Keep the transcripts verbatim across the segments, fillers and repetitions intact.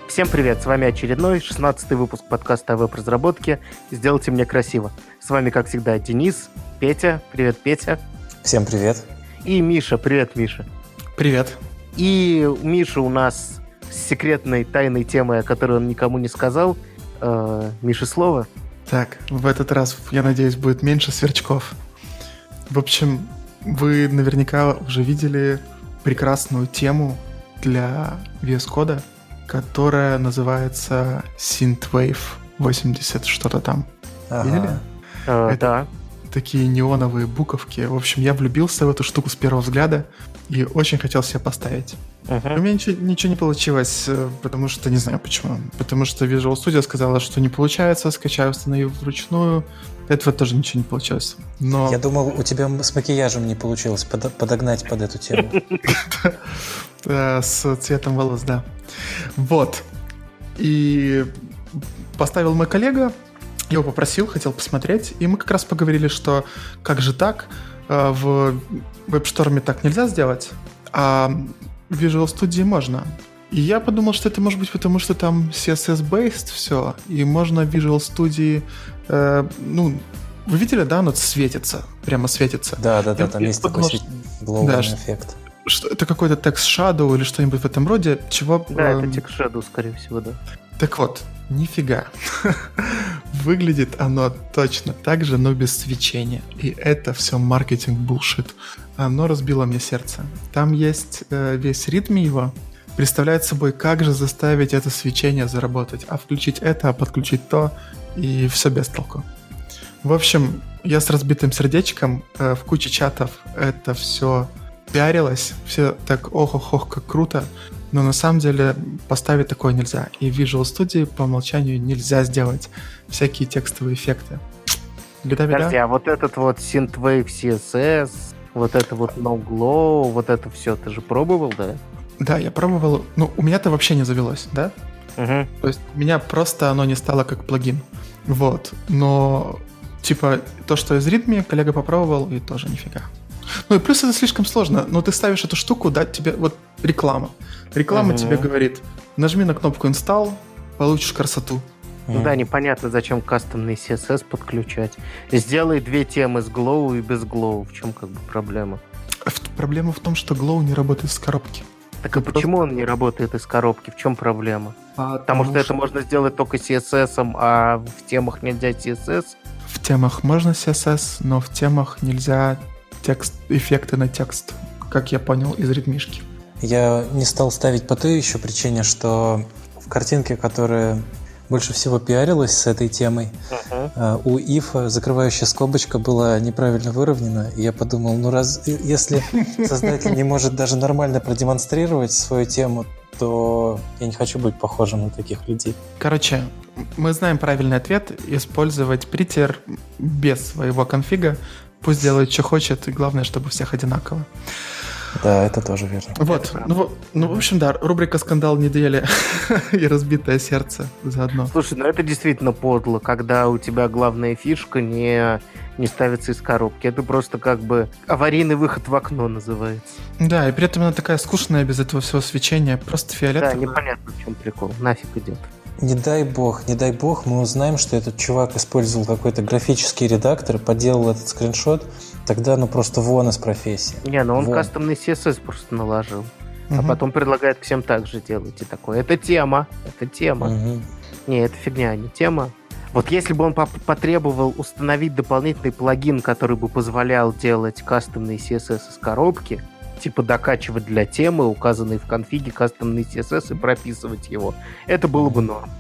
Всем привет, с вами очередной шестнадцатый выпуск подкаста о веб-разработке «Сделайте мне красиво». С вами, как всегда, Денис, Петя. Привет, Петя. Всем привет. И Миша. Привет, Миша. Привет. И Миша у нас с секретной тайной темой, о которой он никому не сказал. Э, Миша, слово. Так, в этот раз, я надеюсь, будет меньше сверчков. В общем, вы наверняка уже видели прекрасную тему для ви эс Code, которая называется Synthwave восемьдесят что-то там. Ага. Видели? Э, Это да. такие неоновые буковки. В общем, я влюбился в эту штуку с первого взгляда и очень хотел себе поставить. Мгм. У меня ничего, ничего не получилось, э, потому что, не знаю почему. Потому что Visual Studio сказала, что не получается, скачаю, установив вручную. Этого тоже ничего не получилось. Но Я думал, у тебя с макияжем не получилось под- подогнать под эту тему. э, с цветом волос, да. Вот. И поставил мой коллега, я его попросил, хотел посмотреть, и мы как раз поговорили, что как же так, э, в WebStorm так нельзя сделать, а в Visual Studio можно. И я подумал, что это может быть потому, что там си эс эс-based все, и можно в Visual Studio, э, ну, вы видели, да, оно светится, прямо светится. Да, да, да, Я- там я есть такой подумал, свет- Да, глобальный что- эффект. Что это какой-то text shadow или что-нибудь в этом роде, чего... Да, эм, это Tech Shadow, скорее всего, да. Так вот, нифига. Выглядит оно точно так же, но без свечения. И это все маркетинг булшит. Оно разбило мне сердце. Там есть э, весь ритм его. Представляет собой, как же заставить это свечение заработать. А включить это, а подключить то. И все без толку. В общем, я с разбитым сердечком э, в куче чатов это все пиарилось. Все так ох-ох-ох, как круто. Но на самом деле поставить такое нельзя. И в Visual Studio по умолчанию нельзя сделать всякие текстовые эффекты. Беда-беда. Подожди, а вот этот вот Synthwave си эс эс, вот это вот No Glow, вот это все, ты же пробовал, да? Да, я пробовал. Ну, у меня-то вообще не завелось, да? Угу. То есть у меня просто оно не стало как плагин. Вот. Но, типа, то, что из ритми, коллега попробовал, и тоже нифига. Ну и плюс это слишком сложно. Но ты ставишь эту штуку, да, тебе вот реклама. Реклама Мгм. тебе говорит, нажми на кнопку install, получишь красоту. Ну да, непонятно, зачем кастомный си эс эс подключать. Сделай две темы с Glow и без Glow. В чем как бы проблема? В- Проблема в том, что Glow не работает с коробки. Так а Ты почему он не работает из коробки? В чем проблема? Потому что это можно сделать только си эс эс, а в темах нельзя си эс эс. В темах можно си эс эс, но в темах нельзя текст, эффекты на текст, как я понял из ритмишки. Я не стал ставить по той еще причине, что в картинке, которая больше всего пиарилась с этой темой, э, у ифа закрывающая скобочка была неправильно выровнена. И я подумал, ну раз и- если создатель не может даже нормально продемонстрировать свою тему, то я не хочу быть похожим на таких людей. Короче, мы знаем правильный ответ. Использовать притер без своего конфига. Пусть делает, что хочет, и главное, чтобы у всех одинаково. Да, это тоже верно. Вот. правда. Ну, во- ну, в общем, да, рубрика «Скандал недели» и «Разбитое сердце» заодно. Слушай, ну это действительно подло, когда у тебя главная фишка не, не ставится из коробки. Это просто как бы аварийный выход в окно называется. Да, и при этом она такая скучная, без этого всего свечения, просто Да, фиолетовая. непонятно, в чем прикол. Нафиг идет. Не дай бог, не дай бог, мы узнаем, что этот чувак использовал какой-то графический редактор, поделал этот скриншот, тогда ну просто вон из профессии. Не, ну он Вон. кастомный си эс эс просто наложил. А Мгм. потом предлагает всем так же делать. И такое. Это тема. Это тема. Мгм. Не, это фигня, не тема. Вот если бы он поп- потребовал установить дополнительный плагин, который бы позволял делать кастомный си эс эс из коробки, типа докачивать для темы, указанной в конфиге кастомный си эс эс и прописывать его, это было бы норм.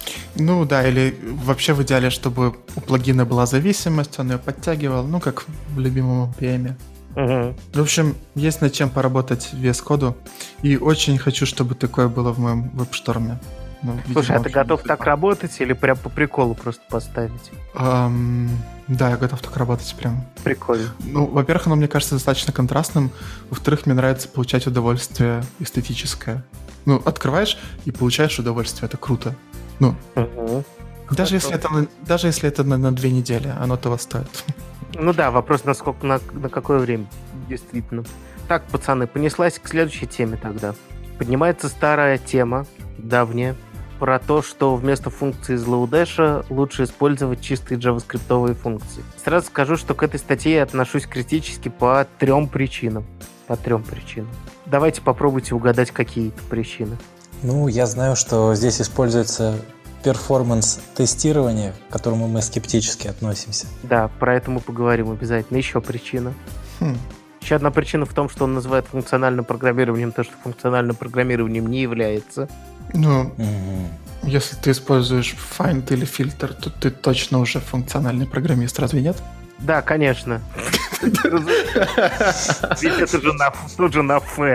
Ну да, или вообще в идеале, чтобы у плагина была зависимость, он ее подтягивал, ну как в любимом пи эм. Мгм. В общем, есть над чем поработать в ви эс Code, и очень хочу, чтобы такое было в моем веб-шторме. Ну, видимо, Слушай, а ты очень готов не судьба. так работать или прям по приколу просто поставить? Ам, да, я готов так работать прям. Прикольно. Ну, во-первых, оно мне кажется достаточно контрастным. Во-вторых, мне нравится получать удовольствие эстетическое. Ну, открываешь и получаешь удовольствие, это круто. Ну, Мгм. даже если это, на- даже если это на, на две недели, оно того стоит. Ну да, вопрос, насколько, на, на какое время, действительно. Так, пацаны, понеслась к следующей теме тогда. Поднимается старая тема, давняя, про то, что вместо функции из Lodash лучше использовать чистые джаваскриптовые функции. Сразу скажу, что к этой статье я отношусь критически по трем причинам. По трем причинам. Давайте попробуйте угадать какие-то причины. Ну, я знаю, что здесь используется перформанс-тестирование, к которому мы скептически относимся. Да, про это мы поговорим обязательно. Еще причина. Хм. Еще одна причина в том, что он называет функциональным программированием то, что функциональным программированием не является. Ну, Мгм. если ты используешь find или фильтр, то ты точно уже функциональный программист, разве нет? Да, конечно. Ведь это же на, тут же на Ф.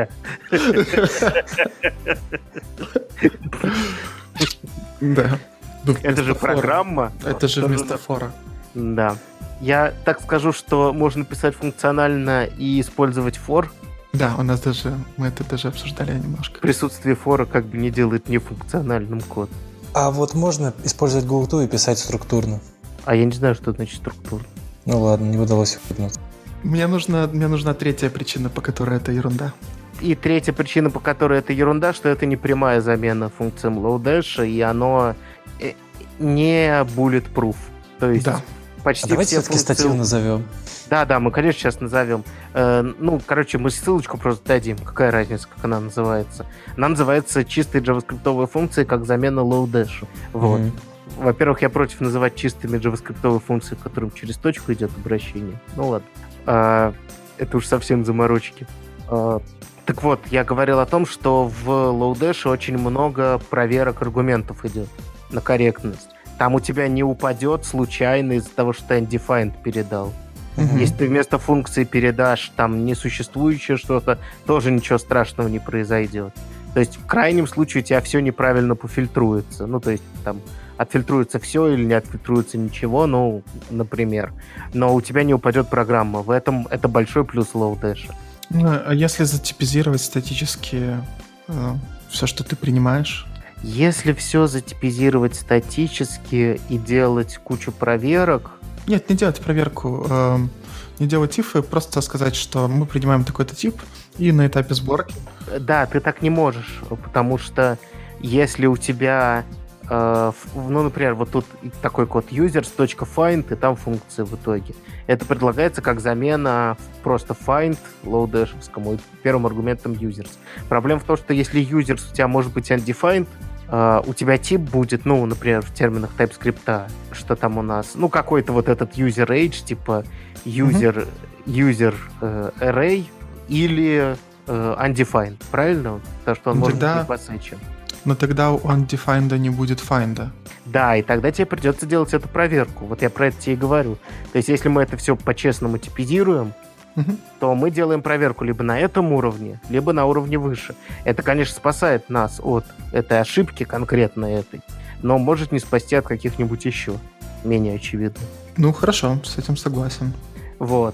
Да. Ну, Это же вместо фора. программа. Это же Тоже вместо на- фора. Да. Я так скажу, что можно писать функционально и использовать for. Да, у нас даже, мы это даже обсуждали немножко. Присутствие фора как бы не делает нефункциональным код. А вот можно использовать GoTo и писать структурно? А я не знаю, что значит структура. Ну ладно, не удалось выгнуть. Мне нужна, мне нужна третья причина, по которой это ерунда. И третья причина, по которой это ерунда, что это не прямая замена функциям Lodash, и оно э, не bulletproof. То есть Да. почти А давайте все все-таки функции... статью назовем. Да, да, мы, конечно, сейчас назовем. Э, ну, короче, мы ссылочку просто дадим. Какая разница, как она называется? Она называется чистые джаваскриптовые функции как замена Lodash. Вот. Мгм. Во-первых, я против называть чистыми джаваскриптовые функции, к которым через точку идет обращение. Ну ладно. А, это уж совсем заморочки. А, так вот, я говорил о том, что в Lodash очень много проверок аргументов идет на корректность. Там у тебя не упадет случайно из-за того, что ты undefined передал. Мгм. Если ты вместо функции передашь там несуществующее что-то, тоже ничего страшного не произойдет. То есть в крайнем случае у тебя все неправильно пофильтруется. Ну, то есть там отфильтруется все или не отфильтруется ничего, ну, например. Но у тебя не упадет программа. В этом это большой плюс Lodash. Ну, а если затипизировать статически э, все, что ты принимаешь? Если все затипизировать статически и делать кучу проверок, Нет, не делать проверку, э, не делать ифы, просто сказать, что мы принимаем такой-то тип, и на этапе сборки. да, ты так не можешь, потому что если у тебя, э, ф- ну, например, вот тут такой код users.find, и там функция в итоге. Это предлагается как замена просто find low-dash'овскому и первым аргументом users. Проблема в том, что если users у тебя может быть undefined, э, у тебя тип будет, ну, например, в терминах TypeScript, что там у нас, ну, какой-то вот этот user age, типа user, user э, array или э, undefined, правильно? Потому что он Ну, может тогда- быть посвящен. Но тогда у undefined не будет find. Да, и тогда тебе придется делать эту проверку. Вот я про это тебе и говорю. То есть, если мы это все по-честному типизируем, Мгм. то мы делаем проверку либо на этом уровне, либо на уровне выше. Это, конечно, спасает нас от этой ошибки, конкретно этой, но может не спасти от каких-нибудь еще менее очевидных. Ну, хорошо, с этим согласен. Вот.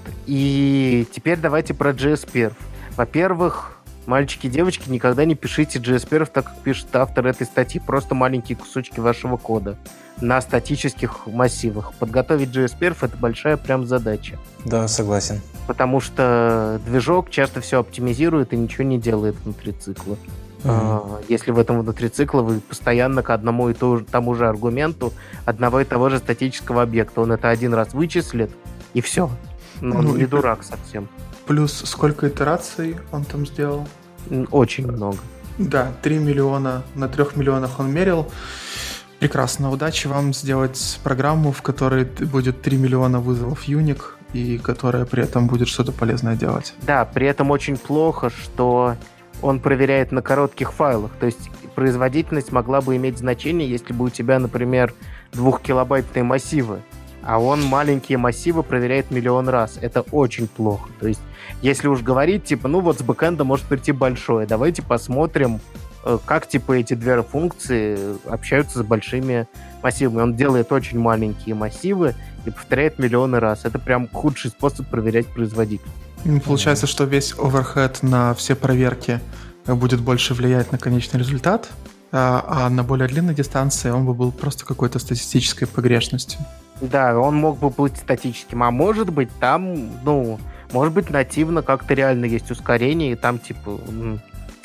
И теперь давайте про джей эс-перф. Во-первых, мальчики и девочки, никогда не пишите джей эс-перф так, как пишет автор этой статьи. Просто маленькие кусочки вашего кода на статических массивах. Подготовить джей эс-перф — это большая прям задача. Да, согласен. Потому что движок часто все оптимизирует и ничего не делает внутри цикла. Мгм. А, Если в этом внутри цикла вы постоянно к одному и то- тому же аргументу одного и того же статического объекта. Он это один раз вычислит, и все. Но Ну, он не и- дурак совсем. Плюс сколько итераций он там сделал? М, Очень много. Да, три миллиона, на трех миллионах он мерил. Прекрасно, удачи вам сделать программу, в которой т- будет три миллиона вызовов юник, и которая при этом будет что-то полезное делать. Да, при этом очень плохо, что он проверяет на коротких файлах. То есть производительность могла бы иметь значение, если бы у тебя, например, двухкилобайтные массивы, а он маленькие массивы проверяет миллион раз. Это очень плохо. То есть если уж говорить, типа, ну вот с бэкэнда может прийти большое, давайте посмотрим, э, как, типа, эти две функции общаются с большими массивами. Он делает очень маленькие массивы и повторяет миллионы раз. Это прям худший способ проверять производительность. Ну, Получается, что весь оверхед на все проверки э, будет больше влиять на конечный результат, а, а на более длинной дистанции он бы был просто какой-то статистической погрешностью. Да, он мог бы быть статическим, а может быть там, ну, может быть нативно как-то реально есть ускорение, и там типа м,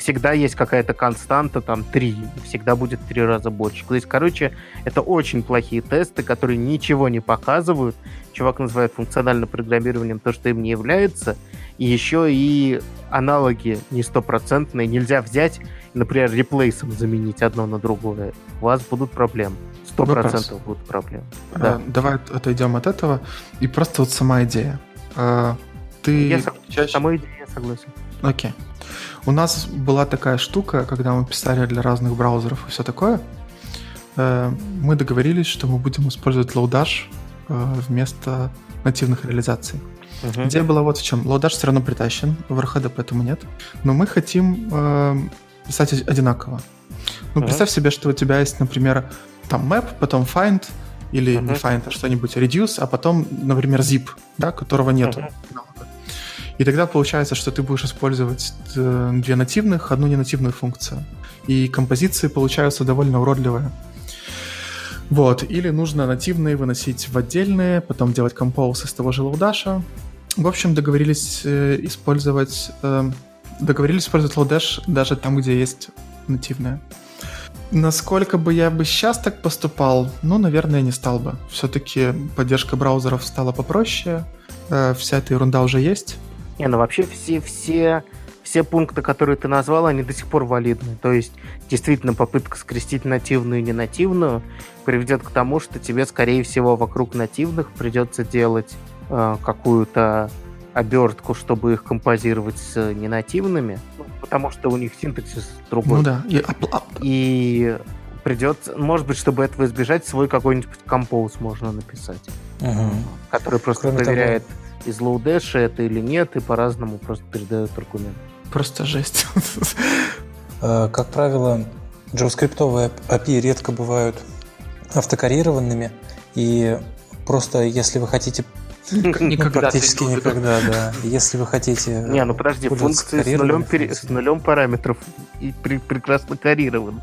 всегда есть какая-то константа, там, три, всегда будет в три раза больше. То есть, короче, это очень плохие тесты, которые ничего не показывают. Чувак называет функциональным программированием то, что им не является, и еще и аналоги не стопроцентные. Нельзя взять, например, реплейсом заменить одно на другое. У вас будут проблемы. Сто процентов будут проблемы. А, да. Давай отойдем от этого. И просто вот сама идея. А, ты я сог... чаще... Самой идеей я согласен. Окей. У нас была такая штука, когда мы писали для разных браузеров и все такое. Мы договорились, что мы будем использовать Lodash вместо нативных реализаций. Uh-huh. Идея была вот в чем. Lodash все равно притащен, в эр эйч ди поэтому нет. Но мы хотим э, писать одинаково. Ну, uh-huh. представь себе, что у тебя есть, например, там map, потом find, или uh-huh. не find, а что-нибудь reduce, а потом, например, zip, да, которого нету. Uh-huh. И тогда получается, что ты будешь использовать две нативных, одну ненативную функцию. И композиции получаются довольно уродливые. Вот. Или нужно нативные выносить в отдельные, потом делать композ из того же Lodash. В общем, договорились э, использовать э, договорились использовать Lodash даже там, где есть нативные. Насколько бы я бы сейчас так поступал? Ну, наверное, не стал бы. Все-таки поддержка браузеров стала попроще. Э, вся эта ерунда уже есть. Не, ну вообще все, все, все пункты, которые ты назвал, они до сих пор валидны. То есть, действительно, попытка скрестить нативную и ненативную приведет к тому, что тебе, скорее всего, вокруг нативных придется делать э, какую-то обертку, чтобы их композировать с ненативными, ну, потому что у них синтаксис другой. Ну да. И, и придется, может быть, чтобы этого избежать, свой какой-нибудь композ можно написать, угу. который просто Кроме проверяет, того... из Lodash это или нет, и по-разному просто передает аргумент. Просто жесть. Как правило, JavaScript-овые эй пи ай редко бывают автокоррированными, и просто если вы хотите... Никогда. Практически никогда, да. Если вы хотите... Не, ну подожди, функции с нулем, пере... с нулем параметров и при... прекрасно коррированы.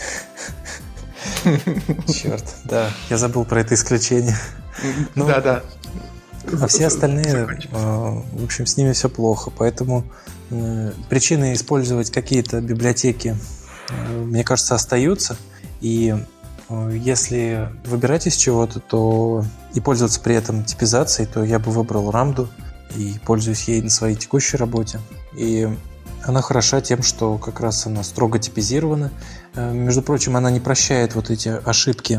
Черт, да, я забыл про это исключение. Ну, да, да. А все остальные, в общем, с ними все плохо, поэтому причины использовать какие-то библиотеки, мне кажется, остаются, и если выбирать из чего-то, то и пользоваться при этом типизацией, то я бы выбрал Рамду и пользуюсь ей на своей текущей работе. И она хороша тем, что как раз она строго типизирована. Между прочим, она не прощает вот эти ошибки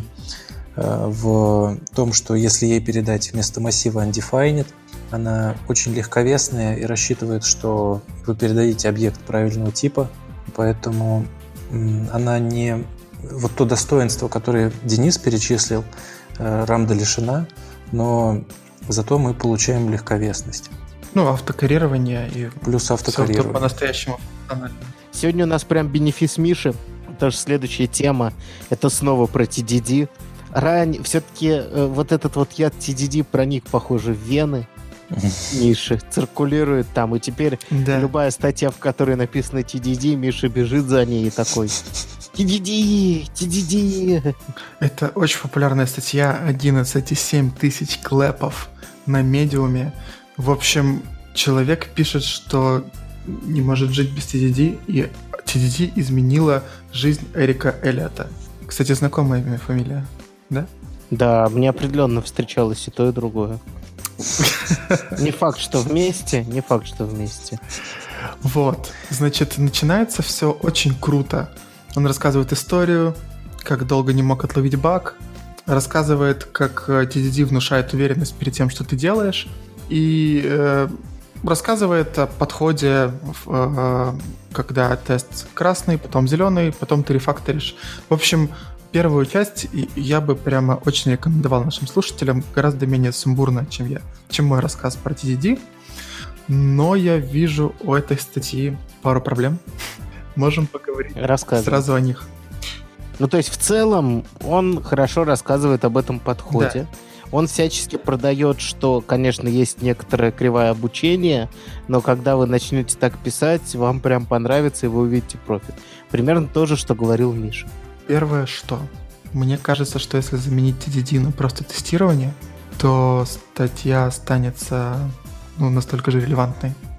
в том, что если ей передать вместо массива undefined, она очень легковесная и рассчитывает, что вы передадите объект правильного типа, поэтому она не... Вот то достоинство, которое Денис перечислил, Рамда лишена, но зато мы получаем легковесность. Ну, автокоррирование и плюс автокоррирование. По-настоящему. Сегодня у нас прям бенефис Миши. Тоже следующая тема. Это снова про ти ди ди. Рань, все-таки э, вот этот вот яд ти ди ди проник, похоже, в вены Миши, циркулирует там, и теперь да. любая статья, в которой написано ти ди ди, Миша бежит за ней и такой: ти ди ди, ти ди ди. Это очень популярная статья, одиннадцать целых семь десятых тысяч клэпов на медиуме. В общем, человек пишет, что не может жить без ти ди ди, и ти ди ди изменила жизнь Эрика Эллиота. Кстати, знакомая имя, фамилия, да? Да, мне определенно встречалось и то, и другое. Не факт, что вместе, не факт, что вместе. Вот, значит, начинается все очень круто. Он рассказывает историю, как долго не мог отловить баг, рассказывает, как ти ди ди внушает уверенность перед тем, что ты делаешь, и э, рассказывает о подходе, э, когда тест красный, потом зеленый, потом ты рефакторишь. В общем, первую часть я бы прямо очень рекомендовал нашим слушателям, гораздо менее сумбурно, чем я, чем мой рассказ про ти ди ди. Но я вижу у этой статьи пару проблем. Можем поговорить сразу о них. Ну, то есть, в целом, он хорошо рассказывает об этом подходе. Да. Он всячески продает, что, конечно, есть некоторое кривое обучение, но когда вы начнете так писать, вам прям понравится, и вы увидите профит. Примерно то же, что говорил Миша. Первое, что мне кажется, что если заменить ти ди ди на просто тестирование, то статья останется ну, настолько же релевантной.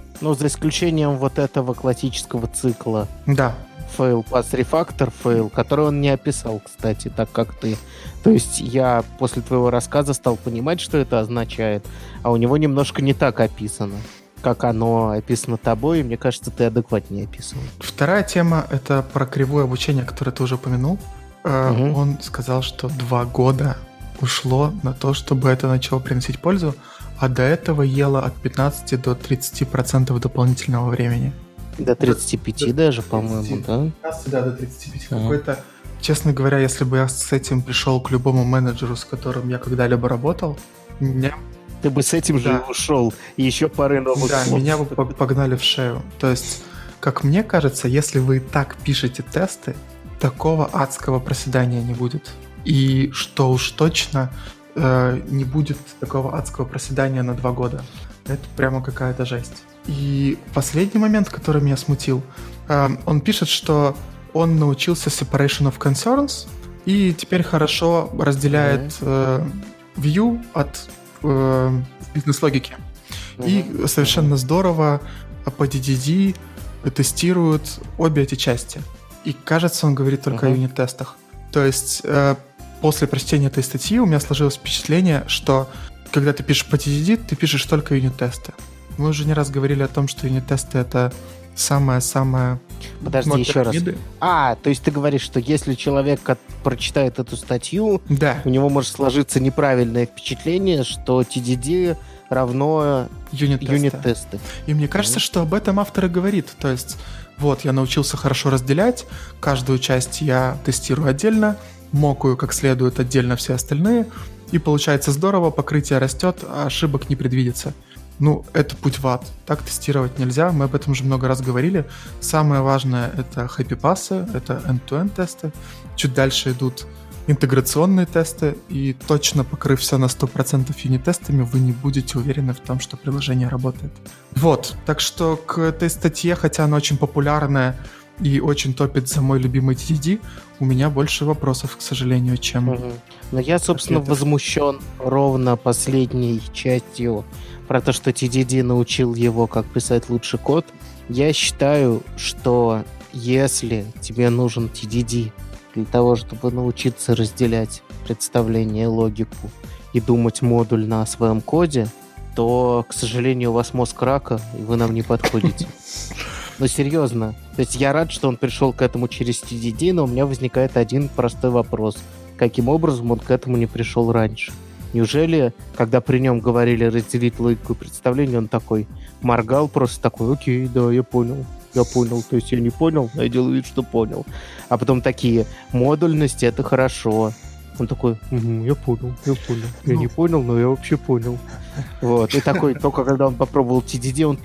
Ну, за исключением вот этого классического цикла. Да. Fail, pass, refactor, fail, который он не описал, кстати, так как ты. То есть я после твоего рассказа стал понимать, что это означает, а у него немножко не так описано, как оно описано тобой, и мне кажется, ты адекватнее описывал. Вторая тема — это про кривое обучение, которое ты уже упомянул. Uh-huh. Он сказал, что два года ушло на то, чтобы это начало приносить пользу, а до этого ело от пятнадцати до тридцати процентов дополнительного времени. До тридцати пяти до, даже, до по-моему, да? Да, до тридцати пяти. Uh-huh. Какой-то, честно говоря, если бы я с этим пришел к любому менеджеру, с которым я когда-либо работал, меня... Ты бы с этим да. же ушел, и еще пары новых Да, слов. меня бы погнали в шею. То есть, как мне кажется, если вы так пишете тесты, такого адского проседания не будет. И что уж точно э, не будет такого адского проседания на два года. Это прямо какая-то жесть. И последний момент, который меня смутил, э, он пишет, что он научился separation of concerns и теперь хорошо разделяет э, view от э, бизнес-логики. Mm-hmm. И совершенно mm-hmm. здорово по ди ди ди тестируют обе эти части. И кажется, он говорит только uh-huh. о юнит-тестах. То есть э, после прочтения этой статьи у меня сложилось впечатление, что когда ты пишешь по ти ди ди, ты пишешь только юнит-тесты. Мы уже не раз говорили о том, что юнит-тесты — это самое-самое... Подожди, еще раз. А, то есть ты говоришь, что если человек прочитает эту статью, да. у него может сложиться неправильное впечатление, что ти ди ди равно юнит-тесты. юнит-тесты. И мне кажется, mm-hmm. что об этом автор и говорит. То есть вот, я научился хорошо разделять, каждую часть я тестирую отдельно, мокаю как следует отдельно все остальные, и получается здорово, покрытие растет, а ошибок не предвидится. Ну, это путь в ад. Так тестировать нельзя, мы об этом уже много раз говорили. Самое важное — это хэппи-пассы, это end-to-end тесты. Чуть дальше идут интеграционные тесты, и точно покрыв все на сто процентов юнит-тестами, вы не будете уверены в том, что приложение работает. Вот, так что к этой статье, хотя она очень популярная и очень топит за мой любимый ти ди ди, у меня больше вопросов, к сожалению, чем... Угу. Но я, собственно, ответов. Возмущен ровно последней частью про то, что ти ди ди научил его, как писать лучше код. Я считаю, что если тебе нужен ти ди ди для того, чтобы научиться разделять представление, логику и думать модульно о своем коде, то, к сожалению, у вас мозг рака, и вы нам не подходите. Но серьезно. То есть я рад, что он пришел к этому через ти ди ди, но у меня возникает один простой вопрос. Каким образом он к этому не пришел раньше? Неужели, когда при нем говорили разделить логику и представление, он такой моргал, просто такой: окей, да, я понял. Я понял, то есть я не понял, но я делаю вид, что понял. А потом такие: модульность — это хорошо. Он такой: угу, я понял, я понял. Я ну... не понял, но я вообще понял. Вот. И такой, только когда он попробовал ти ди ди, он: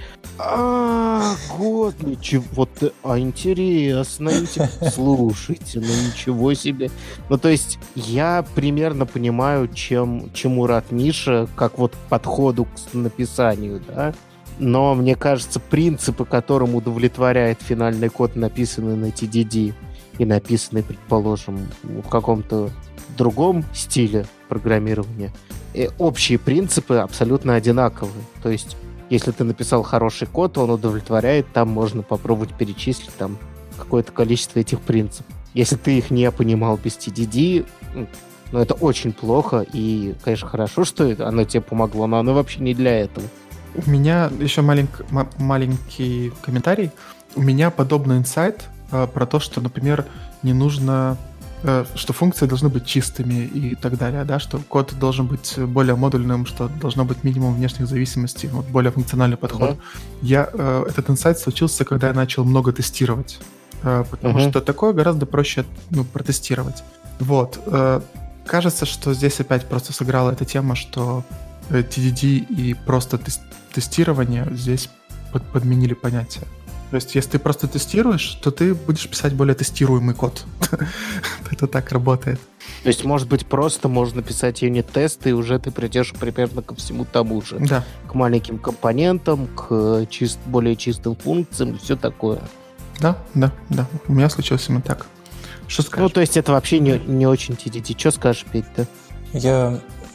а, год, ничего, вот, а интересно, слушайте, ну ничего себе. Ну, то есть я примерно понимаю, чем, чему рад Миша, как вот к подходу к написанию, да. Но, мне кажется, принципы, которым удовлетворяет финальный код, написанный на ти ди ди и написанный, предположим, в каком-то другом стиле программирования, и общие принципы абсолютно одинаковые. То есть, если ты написал хороший код, он удовлетворяет, там можно попробовать перечислить там какое-то количество этих принципов. Если ты их не понимал без ти ди ди, ну, это очень плохо, и, конечно, хорошо, что оно тебе помогло, но оно вообще не для этого. У меня еще маленьк, м- маленький комментарий. У меня подобный инсайт э, про то, что, например, не нужно, э, что функции должны быть чистыми и так далее, да, что код должен быть более модульным, что должно быть минимум внешних зависимостей, вот, более функциональный подход. Uh-huh. Я, э, этот инсайт случился, когда я начал много тестировать, э, потому uh-huh. что такое гораздо проще, ну, протестировать. Вот. Э, кажется, что здесь опять просто сыграла эта тема, что ти ди ди и просто тест- тестирование здесь под- подменили понятия. То есть, если ты просто тестируешь, то ты будешь писать более тестируемый код. Это так работает. То есть, может быть, просто можно писать юнит-тесты, и уже ты придешь примерно ко всему тому же. Да. К маленьким компонентам, к чист, более чистым функциям и все такое. Да, да, да. У меня случилось именно так. Что скажешь? Ну, то есть, это вообще не, не очень ти ди ди. Что скажешь, Петь, да? Я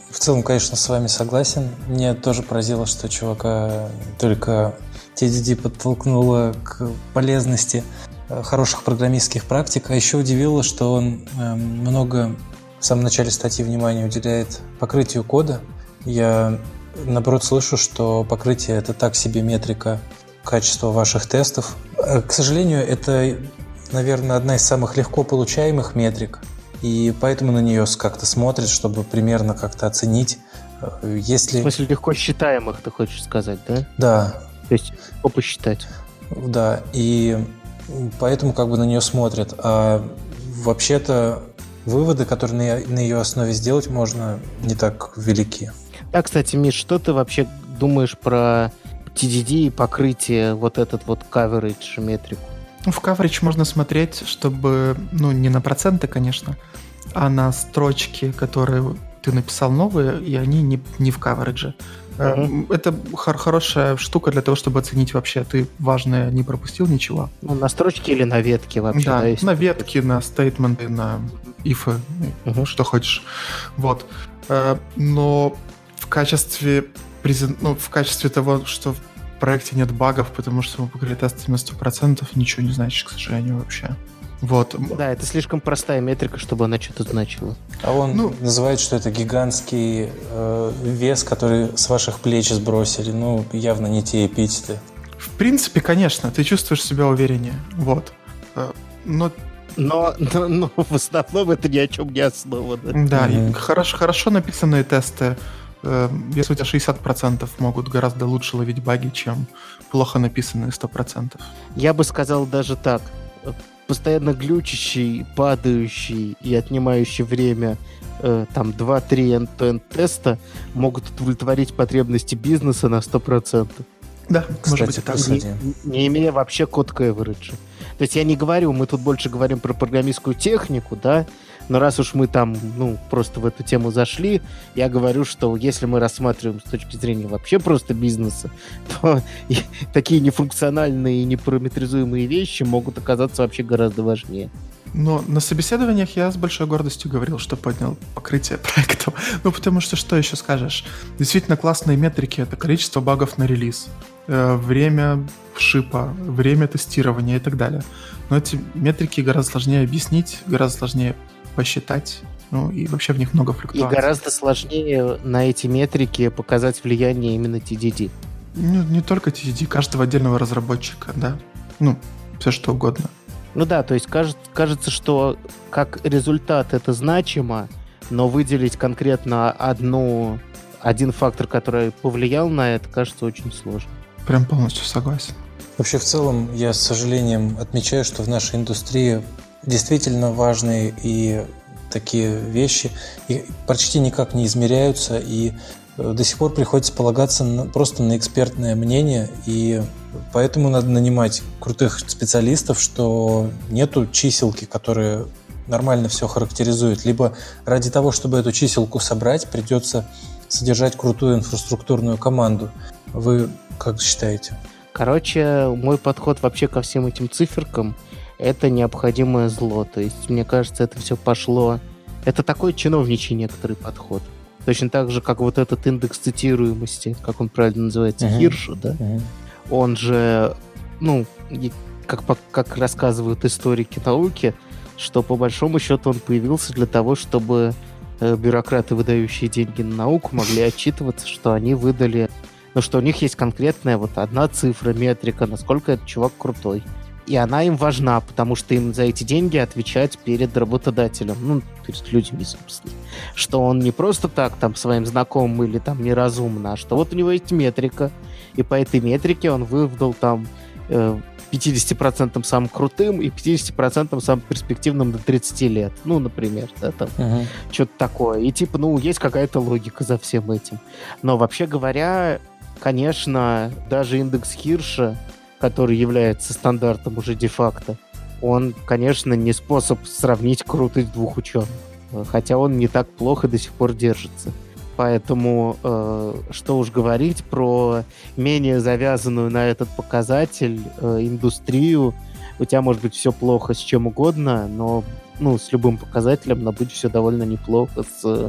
в целом, конечно, с вами согласен. Мне тоже поразило, что чувака только ти ди ди подтолкнуло к полезности хороших программистских практик. А еще удивило, что он много в самом начале статьи внимания уделяет покрытию кода. Я, наоборот, слышу, что покрытие — это так себе метрика качества ваших тестов. К сожалению, это, наверное, одна из самых легко получаемых метрик, и поэтому на нее как-то смотрят, чтобы примерно как-то оценить. Если... В смысле, легко считаемых, ты хочешь сказать, да? Да. То есть легко посчитать. Да, и поэтому как бы на нее смотрят. А вообще-то выводы, которые на ее основе сделать можно, не так велики. Да, кстати, Миш, что ты вообще думаешь про ти ди ди и покрытие, вот этот вот coverage метрику? В coverage можно смотреть, чтобы, ну, не на проценты, конечно, а на строчки, которые ты написал новые, и они не, не в coverage. Uh-huh. Это хор- хорошая штука для того, чтобы оценить вообще, ты важное не пропустил ничего. Ну, на строчке или на ветке вообще? Да, да, на ветке, на стейтменты, на ифы, uh-huh. что хочешь. Вот. Но в качестве, ну, в качестве того, что в проекте нет багов, потому что мы покрыли тесты на сто процентов, ничего не значит, к сожалению, вообще. Вот. Да, это слишком простая метрика, чтобы она что-то значила. А он ну, называет, что это гигантский э, вес, который с ваших плеч сбросили. Ну, явно не те эпитеты. В принципе, конечно, ты чувствуешь себя увереннее. Вот. Но... Но, но, но в основном это ни о чем не основано. Да, mm-hmm. хорошо, хорошо написанные тесты, э, если у тебя шестьдесят процентов, могут гораздо лучше ловить баги, чем плохо написанные сто процентов. Я бы сказал даже так. Постоянно глючащий, падающий и отнимающий время э, там два-три end-to-end теста могут удовлетворить потребности бизнеса на сто процентов. Да, кстати, может быть и так. Не, не имея вообще код coverage. То есть я не говорю, мы тут больше говорим про программистскую технику, да, но раз уж мы там, ну, просто в эту тему зашли, я говорю, что если мы рассматриваем с точки зрения вообще просто бизнеса, то такие нефункциональные и непараметризуемые вещи могут оказаться вообще гораздо важнее. Но на собеседованиях я с большой гордостью говорил, что поднял покрытие проектов. Ну, потому что что еще скажешь? Действительно классные метрики — это количество багов на релиз, время шипа, время тестирования и так далее. Но эти метрики гораздо сложнее объяснить, гораздо сложнее посчитать, ну и вообще в них много флуктуаций. И гораздо сложнее на эти метрики показать влияние именно ти ди ди. Ну, не только ти ди ди, каждого отдельного разработчика, да. Ну, все что угодно. Ну да, то есть кажется, кажется, что как результат это значимо, но выделить конкретно одну, один фактор, который повлиял на это, кажется очень сложно. Прям полностью согласен. Вообще, в целом, я с сожалением отмечаю, что в нашей индустрии действительно важные и такие вещи и почти никак не измеряются, и до сих пор приходится полагаться на, просто на экспертное мнение, и поэтому надо нанимать крутых специалистов, что нету чиселки, которые нормально все характеризуют. Либо ради того, чтобы эту чиселку собрать, придется содержать крутую инфраструктурную команду. Вы как считаете? Короче, мой подход вообще ко всем этим циферкам — это необходимое зло. То есть, мне кажется, это все пошло... Это такой чиновничий некоторый подход. Точно так же, как вот этот индекс цитируемости, как он правильно называется, uh-huh. Хирша, да? Uh-huh. Он же, ну, как, как рассказывают историки науки, что по большому счету он появился для того, чтобы э, бюрократы, выдающие деньги на науку, могли отчитываться, что они выдали, ну, что у них есть конкретная вот одна цифра, метрика, насколько этот чувак крутой. И она им важна, потому что им за эти деньги отвечать перед работодателем, ну, перед людьми, собственно. Что он не просто так там своим знакомым или там неразумно, а что вот у него есть метрика, и по этой метрике он выбрал там э, пятьдесят процентов самым крутым и пятьдесят процентов самым перспективным до тридцати лет. Ну, например, да, там uh-huh. что-то такое. И типа, ну, есть какая-то логика за всем этим. Но вообще говоря, конечно, даже индекс Хирша, который является стандартом уже де-факто, он, конечно, не способ сравнить крутость двух ученых. Хотя он не так плохо до сих пор держится. Поэтому, э, что уж говорить про менее завязанную на этот показатель э, индустрию. У тебя может быть все плохо с чем угодно, но ну, с любым показателем, но будет все довольно неплохо с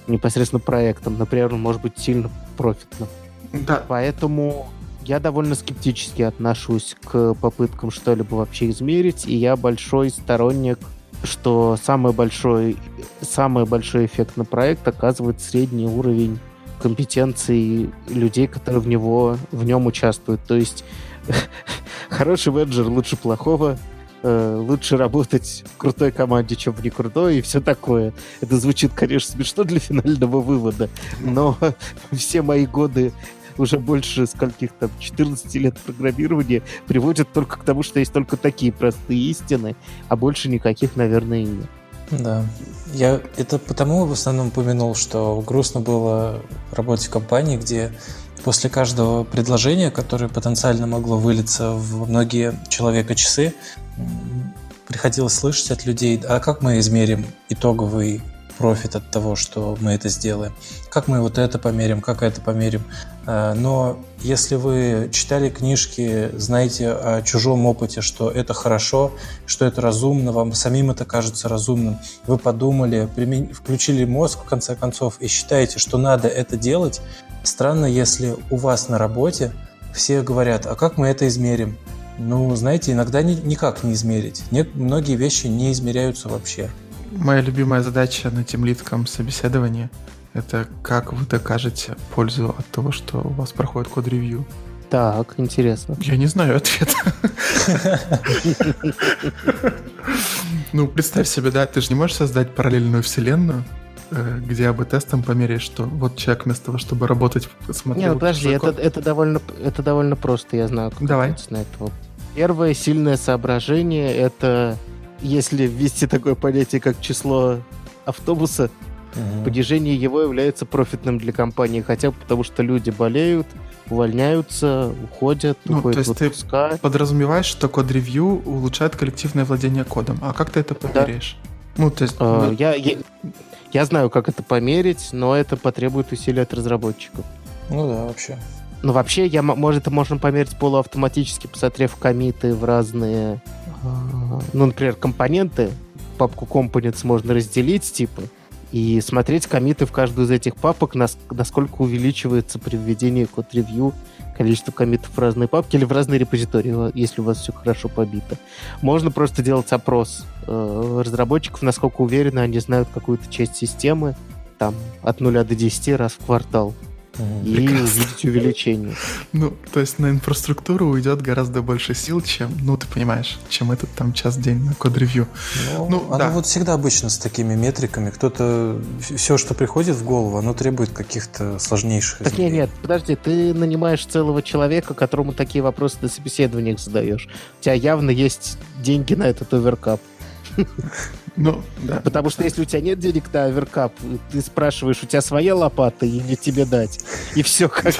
непосредственно проектом. Например, он может быть сильно профитным. Да. Поэтому я довольно скептически отношусь к попыткам что-либо вообще измерить, и я большой сторонник, что самый большой, самый большой эффект на проект оказывает средний уровень компетенций людей, которые в него в нем участвуют. То есть хороший менеджер лучше плохого, э, лучше работать в крутой команде, чем в некрутой, и все такое. Это звучит, конечно, смешно для финального вывода, но все мои годы, уже больше скольких там, четырнадцать лет программирования, приводят только к тому, что есть только такие простые истины, а больше никаких, наверное, и нет. Да. Я это потому в основном упомянул, что грустно было работать в компании, где после каждого предложения, которое потенциально могло вылиться в многие человека-часы, приходилось слышать от людей: а как мы измерим итоговый профит от того, что мы это сделаем? Как мы вот это померим, как это померим? Но если вы читали книжки, знаете о чужом опыте, что это хорошо, что это разумно, вам самим это кажется разумным, вы подумали, включили мозг в конце концов и считаете, что надо это делать, странно, если у вас на работе все говорят: а как мы это измерим? Ну, знаете, иногда ни, никак не измерить. Нет, многие вещи не измеряются вообще. Моя любимая задача на тимлидском собеседовании — это как вы докажете пользу от того, что у вас проходит код-ревью. Так, интересно. Я не знаю ответа. Ну, представь себе, да, ты же не можешь создать параллельную вселенную, где АБ-тестом померяешь, что вот человек вместо того, чтобы работать, смотрел... Не, ну подожди, это, это, довольно, это довольно просто, я знаю, как Давай. ответить на это. Первое сильное соображение — это если ввести такое понятие, как число автобуса, mm-hmm. понижение его является профитным для компании, хотя бы потому, что люди болеют, увольняются, уходят, ну, уходят в отпуска. То есть ты подразумеваешь, что код-ревью улучшает коллективное владение кодом. А как ты это померяешь? Да. Ну, то есть... Uh, я, я, я знаю, как это померить, но это потребует усилий от разработчиков. Ну да, вообще. Ну, вообще, я, может, это можно померить полуавтоматически, посмотрев коммиты в разные... Ну, например, компоненты, папку Components можно разделить, типа, и смотреть коммиты в каждую из этих папок, насколько увеличивается при введении код-ревью количество коммитов в разные папки или в разные репозитории, если у вас все хорошо побито. Можно просто делать опрос э, разработчиков, насколько уверенно они знают какую-то часть системы, там, от нуля до десяти раз в квартал. И прекрасно. Увидеть увеличение. Ну, то есть на инфраструктуру уйдет гораздо больше сил, чем, ну, ты понимаешь, чем этот там час-день на код-ревью. Ну, ну, оно да. вот всегда обычно с такими метриками. Кто-то, все, что приходит в голову, оно требует каких-то сложнейших изменений. Так нет, нет, подожди, ты нанимаешь целого человека, которому такие вопросы на собеседованиях задаешь. У тебя явно есть деньги на этот оверкап. Ну, да. Потому что если у тебя нет денег на оверкап, ты спрашиваешь, у тебя своя лопата или тебе дать? И все как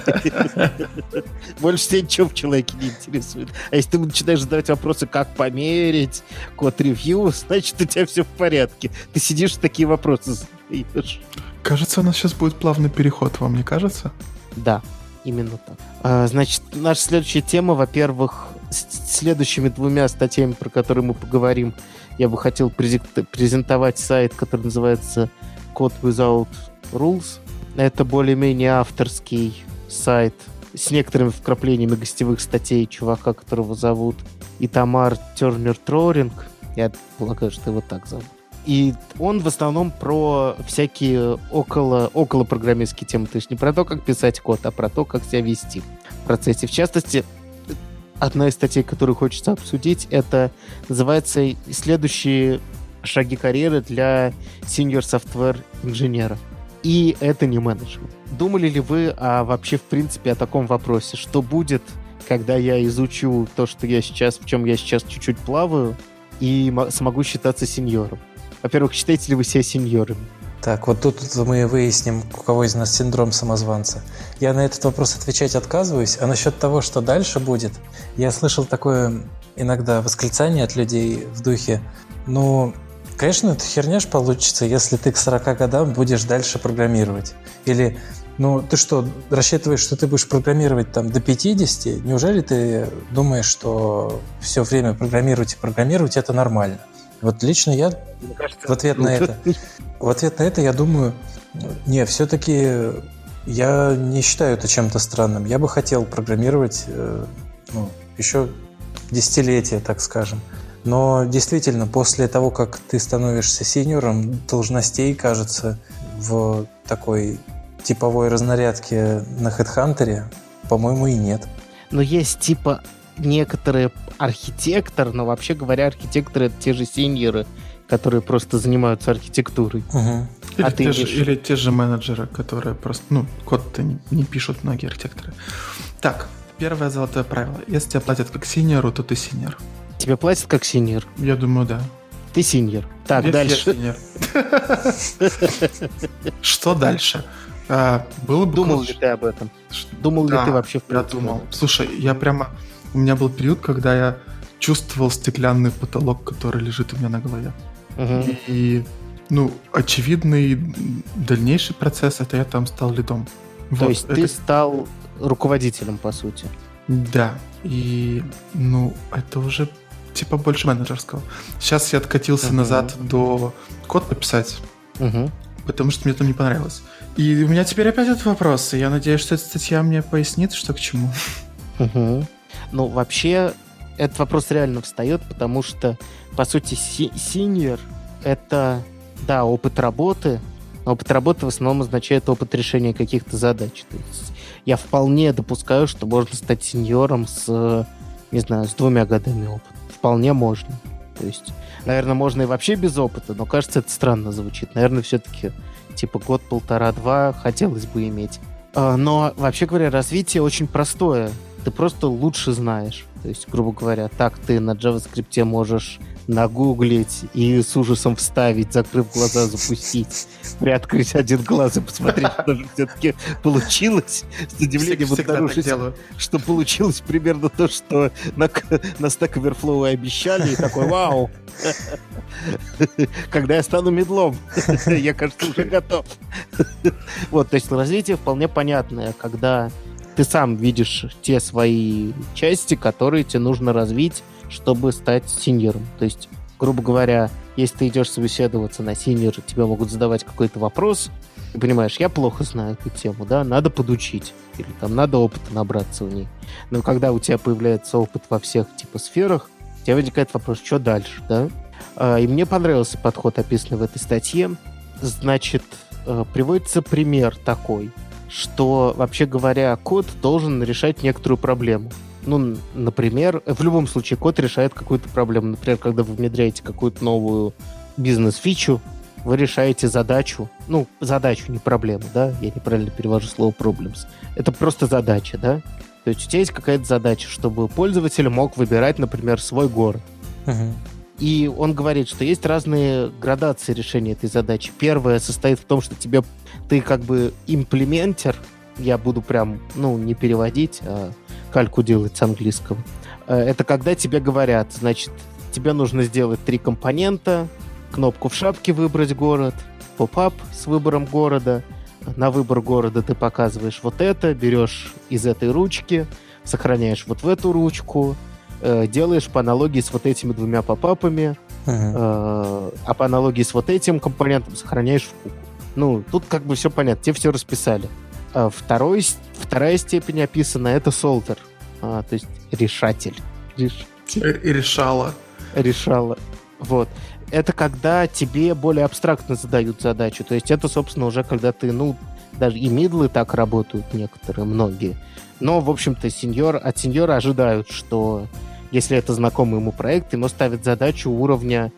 больше тебя ничего в человеке не интересует. А если ты начинаешь задавать вопросы, как померить, код-ревью, значит, у тебя все в порядке. Ты сидишь, такие вопросы задаешь. Кажется, у нас сейчас будет плавный переход, вам не кажется? Да, именно так. А, значит, наша следующая тема, во-первых, с следующими двумя статьями, про которые мы поговорим, я бы хотел презентовать сайт, который называется Code Without Rules. Это более-менее авторский сайт с некоторыми вкраплениями гостевых статей чувака, которого зовут Итамар Тернер-Троуринг. Я полагаю, что его так зовут. И он в основном про всякие около, около программистские темы. То есть не про то, как писать код, а про то, как себя вести в процессе. В частности, одна из статей, которую хочется обсудить, это называется «Следующие шаги карьеры для senior software инженера». И это не менеджмент. Думали ли вы а вообще в принципе о таком вопросе? Что будет, когда я изучу то, что я сейчас, в чем я сейчас чуть-чуть плаваю, и смогу считаться сеньором? Во-первых, считаете ли вы себя сеньором? Так, вот тут мы выясним, у кого из нас синдром самозванца. Я на этот вопрос отвечать отказываюсь, а насчет того, что дальше будет, я слышал такое иногда восклицание от людей в духе: ну, конечно, это херня ж получится, если ты к сорока годам будешь дальше программировать. Или, ну, ты что, рассчитываешь, что ты будешь программировать там до пятидесяти? Неужели ты думаешь, что все время программировать и программировать это нормально? Вот лично я кажется, в ответ на это В ответ на это я думаю, не, все-таки я не считаю это чем-то странным. Я бы хотел программировать э, ну, еще десятилетия, так скажем. Но действительно, после того, как ты становишься синьором, должностей, кажется, в такой типовой разнарядке на HeadHunter, по-моему, и нет. Но есть типа некоторые архитектор, но вообще говоря, архитекторы — это те же синьоры, которые просто занимаются архитектурой. Угу. Или, а те ты же, видишь... или те же менеджеры, которые просто, ну, код-то не, не пишут многие архитекторы. Так, первое золотое правило. Если тебя платят как синьору, то ты синьор. Тебе платят как синьор? Я думаю, да. Ты синьор. Так, Если дальше. я синьор. Что дальше? А, было бы Думал круче. ли ты об этом? Думал Да, ли ты вообще в я принципе? думал. Слушай, я прямо... У меня был период, когда я чувствовал стеклянный потолок, который лежит у меня на голове. Угу. И, ну, очевидный дальнейший процесс — это я там стал лидом. То Вот, есть это... ты стал руководителем, по сути. Да. И, ну, это уже типа больше менеджерского. Сейчас я откатился Угу. назад до код написать, Угу. потому что мне там не понравилось. И у меня теперь опять этот вопрос, и я надеюсь, что эта статья мне пояснит, что к чему. Угу. Ну, вообще, этот вопрос реально встает, потому что, по сути, си- синьор — это, да, опыт работы, но опыт работы в основном означает опыт решения каких-то задач. То есть я вполне допускаю, что можно стать синьором с, не знаю, с двумя годами опыта. Вполне можно. То есть, наверное, можно и вообще без опыта, но, кажется, это странно звучит. Наверное, все-таки типа год, полтора, два хотелось бы иметь. А, но, вообще говоря, развитие очень простое. Ты просто лучше знаешь. То есть, грубо говоря, так ты на JavaScript можешь нагуглить и с ужасом вставить, закрыв глаза, запустить, приоткрыть один глаз и посмотреть, что же все-таки получилось. С удивлением обнаружить, что получилось примерно то, что на, на Stack Overflow обещали, и такой, вау, когда я стану медлом, я, кажется, уже готов. Вот, то есть развитие вполне понятное, когда ты сам видишь те свои части, которые тебе нужно развить, чтобы стать синьором. То есть, грубо говоря, если ты идешь собеседоваться на синьора, тебе могут задавать какой-то вопрос, ты понимаешь, я плохо знаю эту тему, да, надо подучить, или там надо опыта набраться в ней. Но когда у тебя появляется опыт во всех типа сферах, у тебя возникает вопрос, что дальше, да? И мне понравился подход, описанный в этой статье. Значит, приводится пример такой, что, вообще говоря, код должен решать некоторую проблему. Ну, например, в любом случае код решает какую-то проблему. Например, когда вы внедряете какую-то новую бизнес-фичу, вы решаете задачу. Ну, задачу, не проблему, да? Я неправильно перевожу слово problems. Это просто задача, да? То есть у тебя есть какая-то задача, чтобы пользователь мог выбирать, например, свой город. Угу. И он говорит, что есть разные градации решения этой задачи. Первая состоит в том, что тебе ты как бы имплементер, я буду прям, ну, не переводить, а кальку делать с английского. Это когда тебе говорят, значит, тебе нужно сделать три компонента, кнопку в шапке выбрать город, поп-ап с выбором города. На выбор города ты показываешь вот это, берешь из этой ручки, сохраняешь вот в эту ручку, делаешь по аналогии с вот этими двумя поп-апами, uh-huh. а по аналогии с вот этим компонентом сохраняешь в куку. Ну, тут как бы все понятно, тебе все расписали. А второй, вторая степень описана — это солвер, а, то есть решатель. Реш... И решала. Решала. Вот. Это когда тебе более абстрактно задают задачу. То есть это, собственно, уже когда ты, ну, даже и мидлы так работают некоторые, многие. Но, в общем-то, сеньор, от сеньора ожидают, что если это знакомый ему проект, ему ставят задачу уровня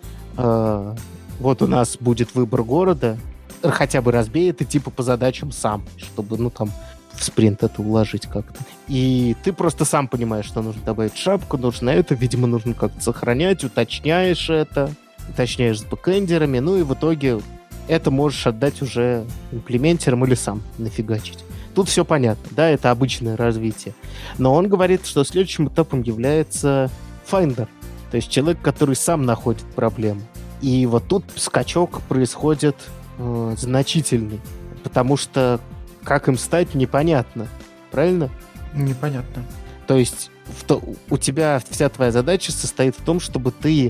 э, вот у нас будет выбор города, хотя бы разбей это типа по задачам сам, чтобы, ну, там, в спринт это уложить как-то. И ты просто сам понимаешь, что нужно добавить шапку, нужно это, видимо, нужно как-то сохранять, уточняешь это, уточняешь с бэкэндерами, ну и в итоге это можешь отдать уже имплементерам или сам нафигачить. Тут все понятно, да, это обычное развитие. Но он говорит, что следующим этапом является Finder, то есть человек, который сам находит проблему. И вот тут скачок происходит э, значительный, потому что как им стать, непонятно. Правильно? Непонятно. То есть в то, у тебя вся твоя задача состоит в том, чтобы ты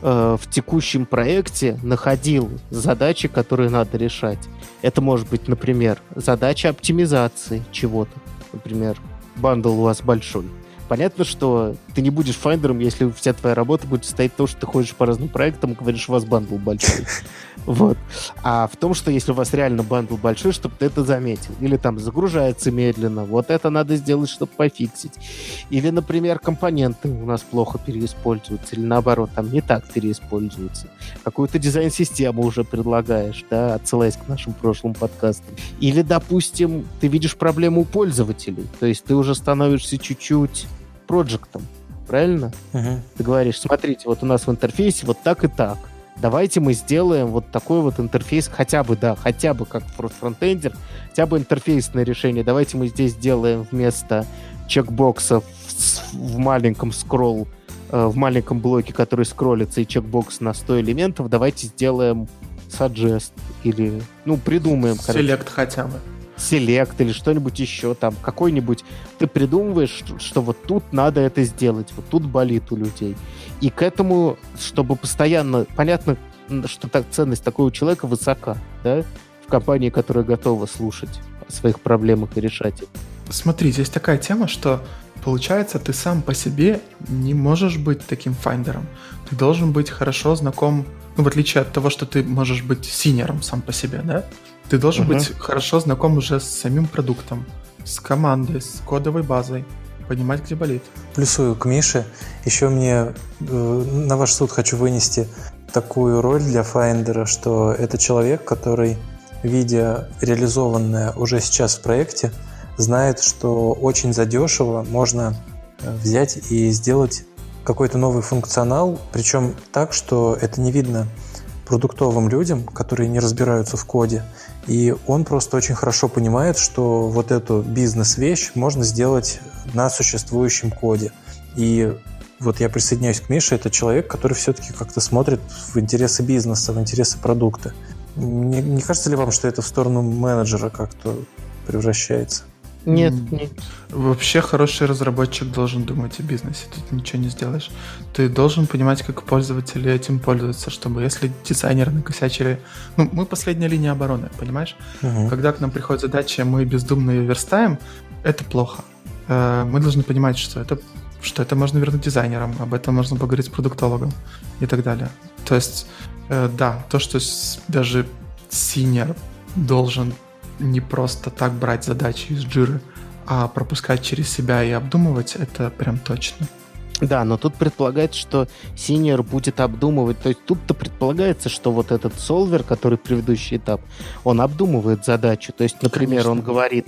э, в текущем проекте находил задачи, которые надо решать. Это может быть, например, задача оптимизации чего-то. Например, бандл у вас большой. Понятно, что ты не будешь файндером, если вся твоя работа будет состоять в том, что ты ходишь по разным проектам и говоришь, у вас бандл большой. Вот. А в том, что если у вас реально бандл большой, чтобы ты это заметил. Или там загружается медленно. Вот это надо сделать, чтобы пофиксить. Или, например, компоненты у нас плохо переиспользуются. Или наоборот, там не так переиспользуются. Какую-то дизайн-систему уже предлагаешь, да, отсылаясь к нашим прошлым подкастам. Или, допустим, ты видишь проблему у пользователей. То есть ты уже становишься чуть-чуть проектом. Правильно? Uh-huh. Ты говоришь, смотрите, вот у нас в интерфейсе вот так и так. Давайте мы сделаем вот такой вот интерфейс, хотя бы, да, хотя бы как фронтендер, хотя бы интерфейсное решение. Давайте мы здесь сделаем вместо чекбокса в, в маленьком скролл, э, в маленьком блоке, который скроллится, и чекбокс на сто элементов, давайте сделаем suggest или, ну, придумаем. Select хотя бы. Select или что-нибудь еще там, какой-нибудь. Ты придумываешь, что, что вот тут надо это сделать, вот тут болит у людей. И к этому, чтобы постоянно... Понятно, что так, ценность такого человека высока, да, в компании, которая готова слушать о своих проблемах и решать их. Смотри, здесь такая тема, что получается, ты сам по себе не можешь быть таким файндером. Ты должен быть хорошо знаком, ну, в отличие от того, что ты можешь быть синьором сам по себе, да? Ты должен uh-huh. быть хорошо знаком уже с самим продуктом, с командой, с кодовой базой, понимать, где болит. Плюсую к Мише. Еще мне э, на ваш суд хочу вынести такую роль для файндера, что это человек, который, видя реализованное уже сейчас в проекте, знает, что очень задешево можно взять и сделать какой-то новый функционал, причем так, что это не видно продуктовым людям, которые не разбираются в коде, и он просто очень хорошо понимает, что вот эту бизнес-вещь можно сделать на существующем коде. И вот я присоединяюсь к Мише, это человек, который все-таки как-то смотрит в интересы бизнеса, в интересы продукта. Не, не кажется ли вам, что это в сторону менеджера как-то превращается? Нет, нет. Вообще хороший разработчик должен думать о бизнесе, тут ничего не сделаешь. Ты должен понимать, как пользователи этим пользуются, чтобы если дизайнеры накосячили... Ну, мы последняя линия обороны, понимаешь? Uh-huh. Когда к нам приходит задача, мы бездумно ее верстаем, это плохо. Мы должны понимать, что это, что это можно вернуть дизайнерам, об этом можно поговорить с продуктологом и так далее. То есть, да, то, что даже синьор должен не просто так брать задачи из джиры, а пропускать через себя и обдумывать, это прям точно. Да, но тут предполагается, что синьор будет обдумывать, то есть тут-то предполагается, что вот этот солвер, который предыдущий этап, он обдумывает задачу, то есть, например, Конечно. Он говорит,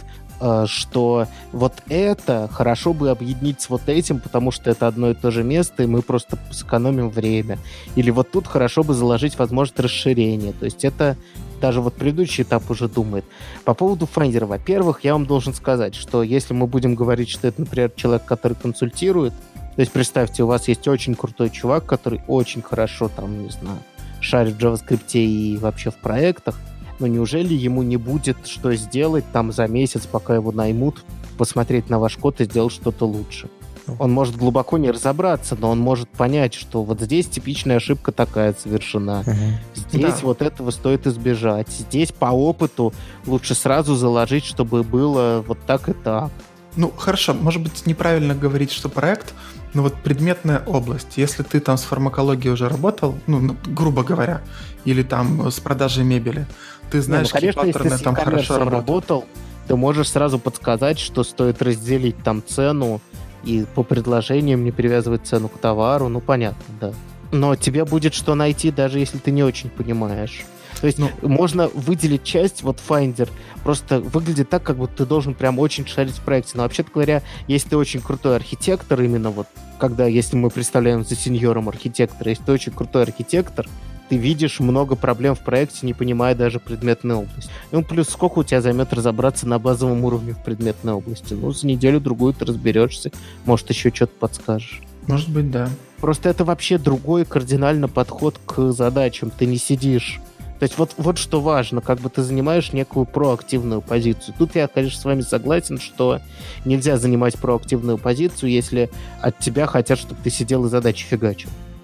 что вот это хорошо бы объединить с вот этим, потому что это одно и то же место, и мы просто сэкономим время. Или вот тут хорошо бы заложить возможность расширения. То есть это даже вот предыдущий этап уже думает. По поводу файндера, во-первых, я вам должен сказать, что если мы будем говорить, что это, например, человек, который консультирует, то есть представьте, у вас есть очень крутой чувак, который очень хорошо, там, не знаю, шарит в JavaScript и вообще в проектах, но неужели ему не будет что сделать там за месяц, пока его наймут, посмотреть на ваш код и сделать что-то лучше? Он может глубоко не разобраться, но он может понять, что вот здесь типичная ошибка такая совершена. Uh-huh. Здесь да. вот этого стоит избежать. Здесь по опыту лучше сразу заложить, чтобы было вот так и так. Ну, хорошо, может быть, неправильно говорить, что проект, но вот предметная область. Если ты там с фармакологией уже работал, ну, грубо говоря, или там с продажей мебели, ты знаешь, Не, ну, конечно, какие паттерны если там хорошо работают. работал, ты можешь сразу подсказать, что стоит разделить там цену и по предложениям не привязывать цену к товару, ну, понятно, да. Но тебе будет что найти, даже если ты не очень понимаешь. То есть ну, можно выделить часть, вот Finder просто выглядит так, как будто ты должен прям очень шарить в проекте. Но вообще-то говоря, если ты очень крутой архитектор, именно вот, когда, если мы представляем за сеньором архитектора, если ты очень крутой архитектор, ты видишь много проблем в проекте, не понимая даже предметной области. Ну, плюс сколько у тебя займет разобраться на базовом уровне в предметной области? Ну, за неделю-другую ты разберешься, может, еще что-то подскажешь. Может быть, да. Просто это вообще другой кардинально подход к задачам. Ты не сидишь. То есть вот, вот что важно, как бы ты занимаешь некую проактивную позицию. Тут я, конечно, с вами согласен, что нельзя занимать проактивную позицию, если от тебя хотят, чтобы ты сидел и задачи фигачил.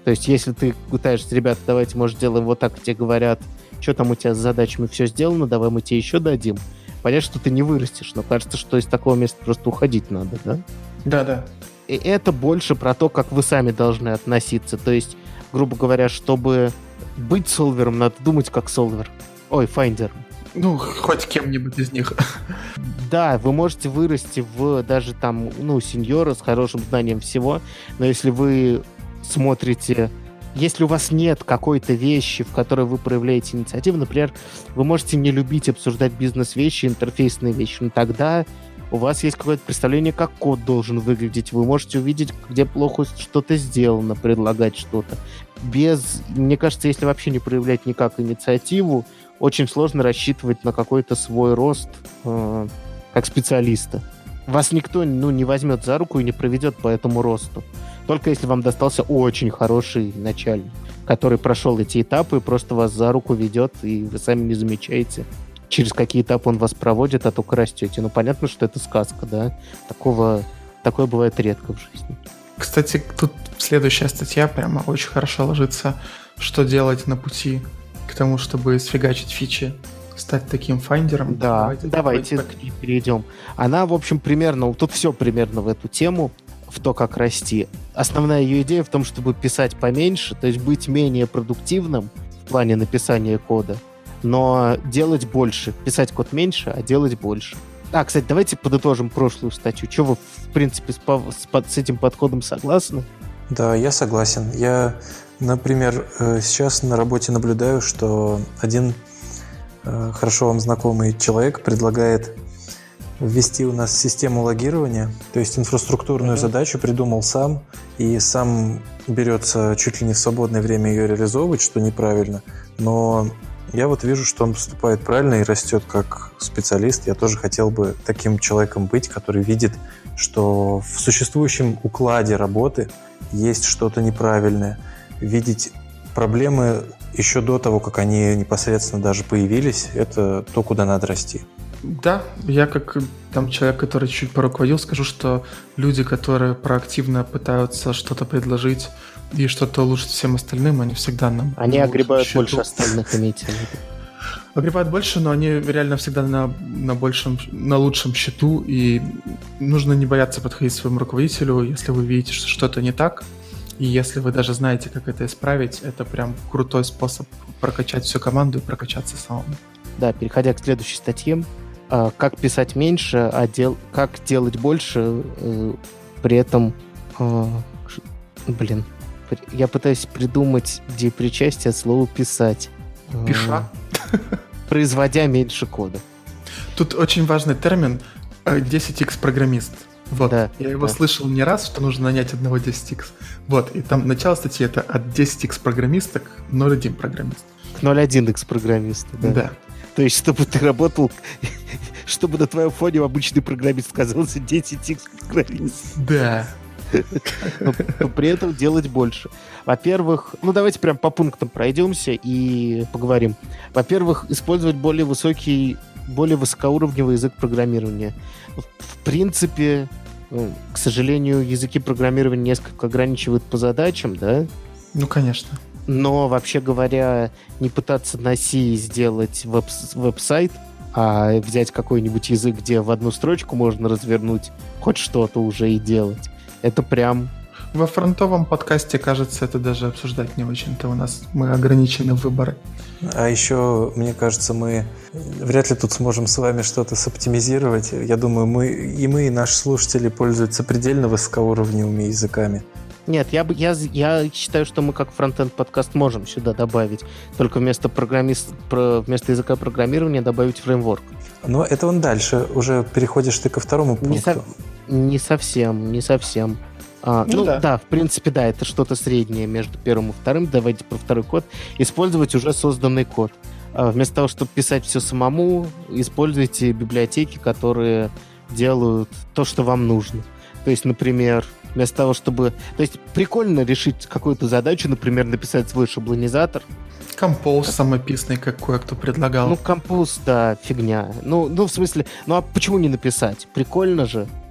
То есть, если ты пытаешься, ребята, давайте, может, сделаем вот так, тебе говорят, что там у тебя с задачами все сделано, давай мы тебе еще дадим. Понятно, что ты не вырастешь, но кажется, что из такого места просто уходить надо, да? Да-да. И это больше про то, как вы сами должны относиться. То есть, грубо говоря, чтобы быть солвером, надо думать как солвер. Ой, файндером. Ну, хоть кем-нибудь из них. Да, вы можете вырасти в даже там, ну, сеньора с хорошим знанием всего, но если вы смотрите... Если у вас нет какой-то вещи, в которой вы проявляете инициативу, например, вы можете не любить обсуждать бизнес-вещи, интерфейсные вещи, но тогда у вас есть какое-то представление, как код должен выглядеть. Вы можете увидеть, где плохо что-то сделано, предлагать что-то. Без, мне кажется, если вообще не проявлять никак инициативу, очень сложно рассчитывать на какой-то свой рост э, как специалиста. Вас никто, ну, не возьмет за руку и не проведет по этому росту. Только если вам достался очень хороший начальник, который прошел эти этапы и просто вас за руку ведет, и вы сами не замечаете, через какие этапы он вас проводит, а только растете. Ну, понятно, что это сказка, да? Такого, такое бывает редко в жизни. Кстати, тут следующая статья прямо очень хорошо ложится. Что делать на пути к тому, чтобы сфигачить фичи, стать таким файндером? Да, давайте, давайте, давайте к ней перейдем. Она, в общем, примерно, тут все примерно в эту тему, в то, как расти. Основная ее идея в том, чтобы писать поменьше, то есть быть менее продуктивным в плане написания кода, но делать больше. Писать код меньше, а делать больше. А, кстати, давайте подытожим прошлую статью. Что вы, в принципе, с, с, с этим подходом согласны? Да, я согласен. Я, например, сейчас на работе наблюдаю, что один хорошо вам знакомый человек предлагает ввести у нас систему логирования, то есть инфраструктурную mm-hmm. задачу придумал сам и сам берется чуть ли не в свободное время ее реализовывать, что неправильно, но я вот вижу, что он поступает правильно и растет как специалист. Я тоже хотел бы таким человеком быть, который видит, что в существующем укладе работы есть что-то неправильное, видеть проблемы еще до того, как они непосредственно даже появились, это то, куда надо расти. Да, я как там человек, который чуть поруководил, скажу, что люди, которые проактивно пытаются что-то предложить и что-то улучшить всем остальным, они всегда нам... Они огребают счету. Больше остальных, имеете в виду. Огребают больше, но они реально всегда на, на, большем, на лучшем счету, и нужно не бояться подходить к своему руководителю, если вы видите, что что-то не так, и если вы даже знаете, как это исправить, это прям крутой способ прокачать всю команду и прокачаться самому. Да, переходя к следующей статье, как писать меньше, а дел... как делать больше, э, при этом... Э, блин, я пытаюсь придумать, где причастие от слова «писать». Пиша? Производя меньше кода. Тут очень важный термин десять икс программист. Вот, да, я его да. слышал не раз, что нужно нанять одного десять икс. Вот, и там начало статьи это от десять икс программиста к ноль целых одна программист. К ноль целых одна икс программиста, да. Да. То есть, чтобы ты работал, чтобы на твоем фоне обычный программист казался десять икс программист. Да. Но, но при этом делать больше. Во-первых, ну давайте прям по пунктам пройдемся и поговорим. Во-первых, использовать более высокий, более высокоуровневый язык программирования. В принципе, к сожалению, языки программирования несколько ограничивают по задачам, да? Ну, конечно. Но, вообще говоря, не пытаться на C сделать веб- веб-сайт, а взять какой-нибудь язык, где в одну строчку можно развернуть хоть что-то уже и делать. Это прям... Во фронтовом подкасте, кажется, это даже обсуждать не очень-то. У нас мы ограничены в выборе. А еще, мне кажется, мы вряд ли тут сможем с вами что-то соптимизировать. Я думаю, мы и мы, и наши слушатели пользуются предельно высокоуровневыми языками. Нет, я, бы, я, я считаю, что мы как фронтенд подкаст можем сюда добавить. Только вместо, программист, про, вместо языка программирования добавить фреймворк. Но это он дальше. Уже переходишь ты ко второму пункту. Не, со, не совсем, не совсем. А, ну, ну да. да, в принципе, да, это что-то среднее между первым и вторым. Давайте про второй код. Использовать уже созданный код. А, вместо того, чтобы писать все самому, используйте библиотеки, которые делают то, что вам нужно. То есть, например, вместо того, чтобы... То есть, прикольно решить какую-то задачу, например, написать свой шаблонизатор. Композ самописный, как кое-кто предлагал. Ну, композ, да, фигня. Ну, ну, в смысле, ну а почему не написать? Прикольно же.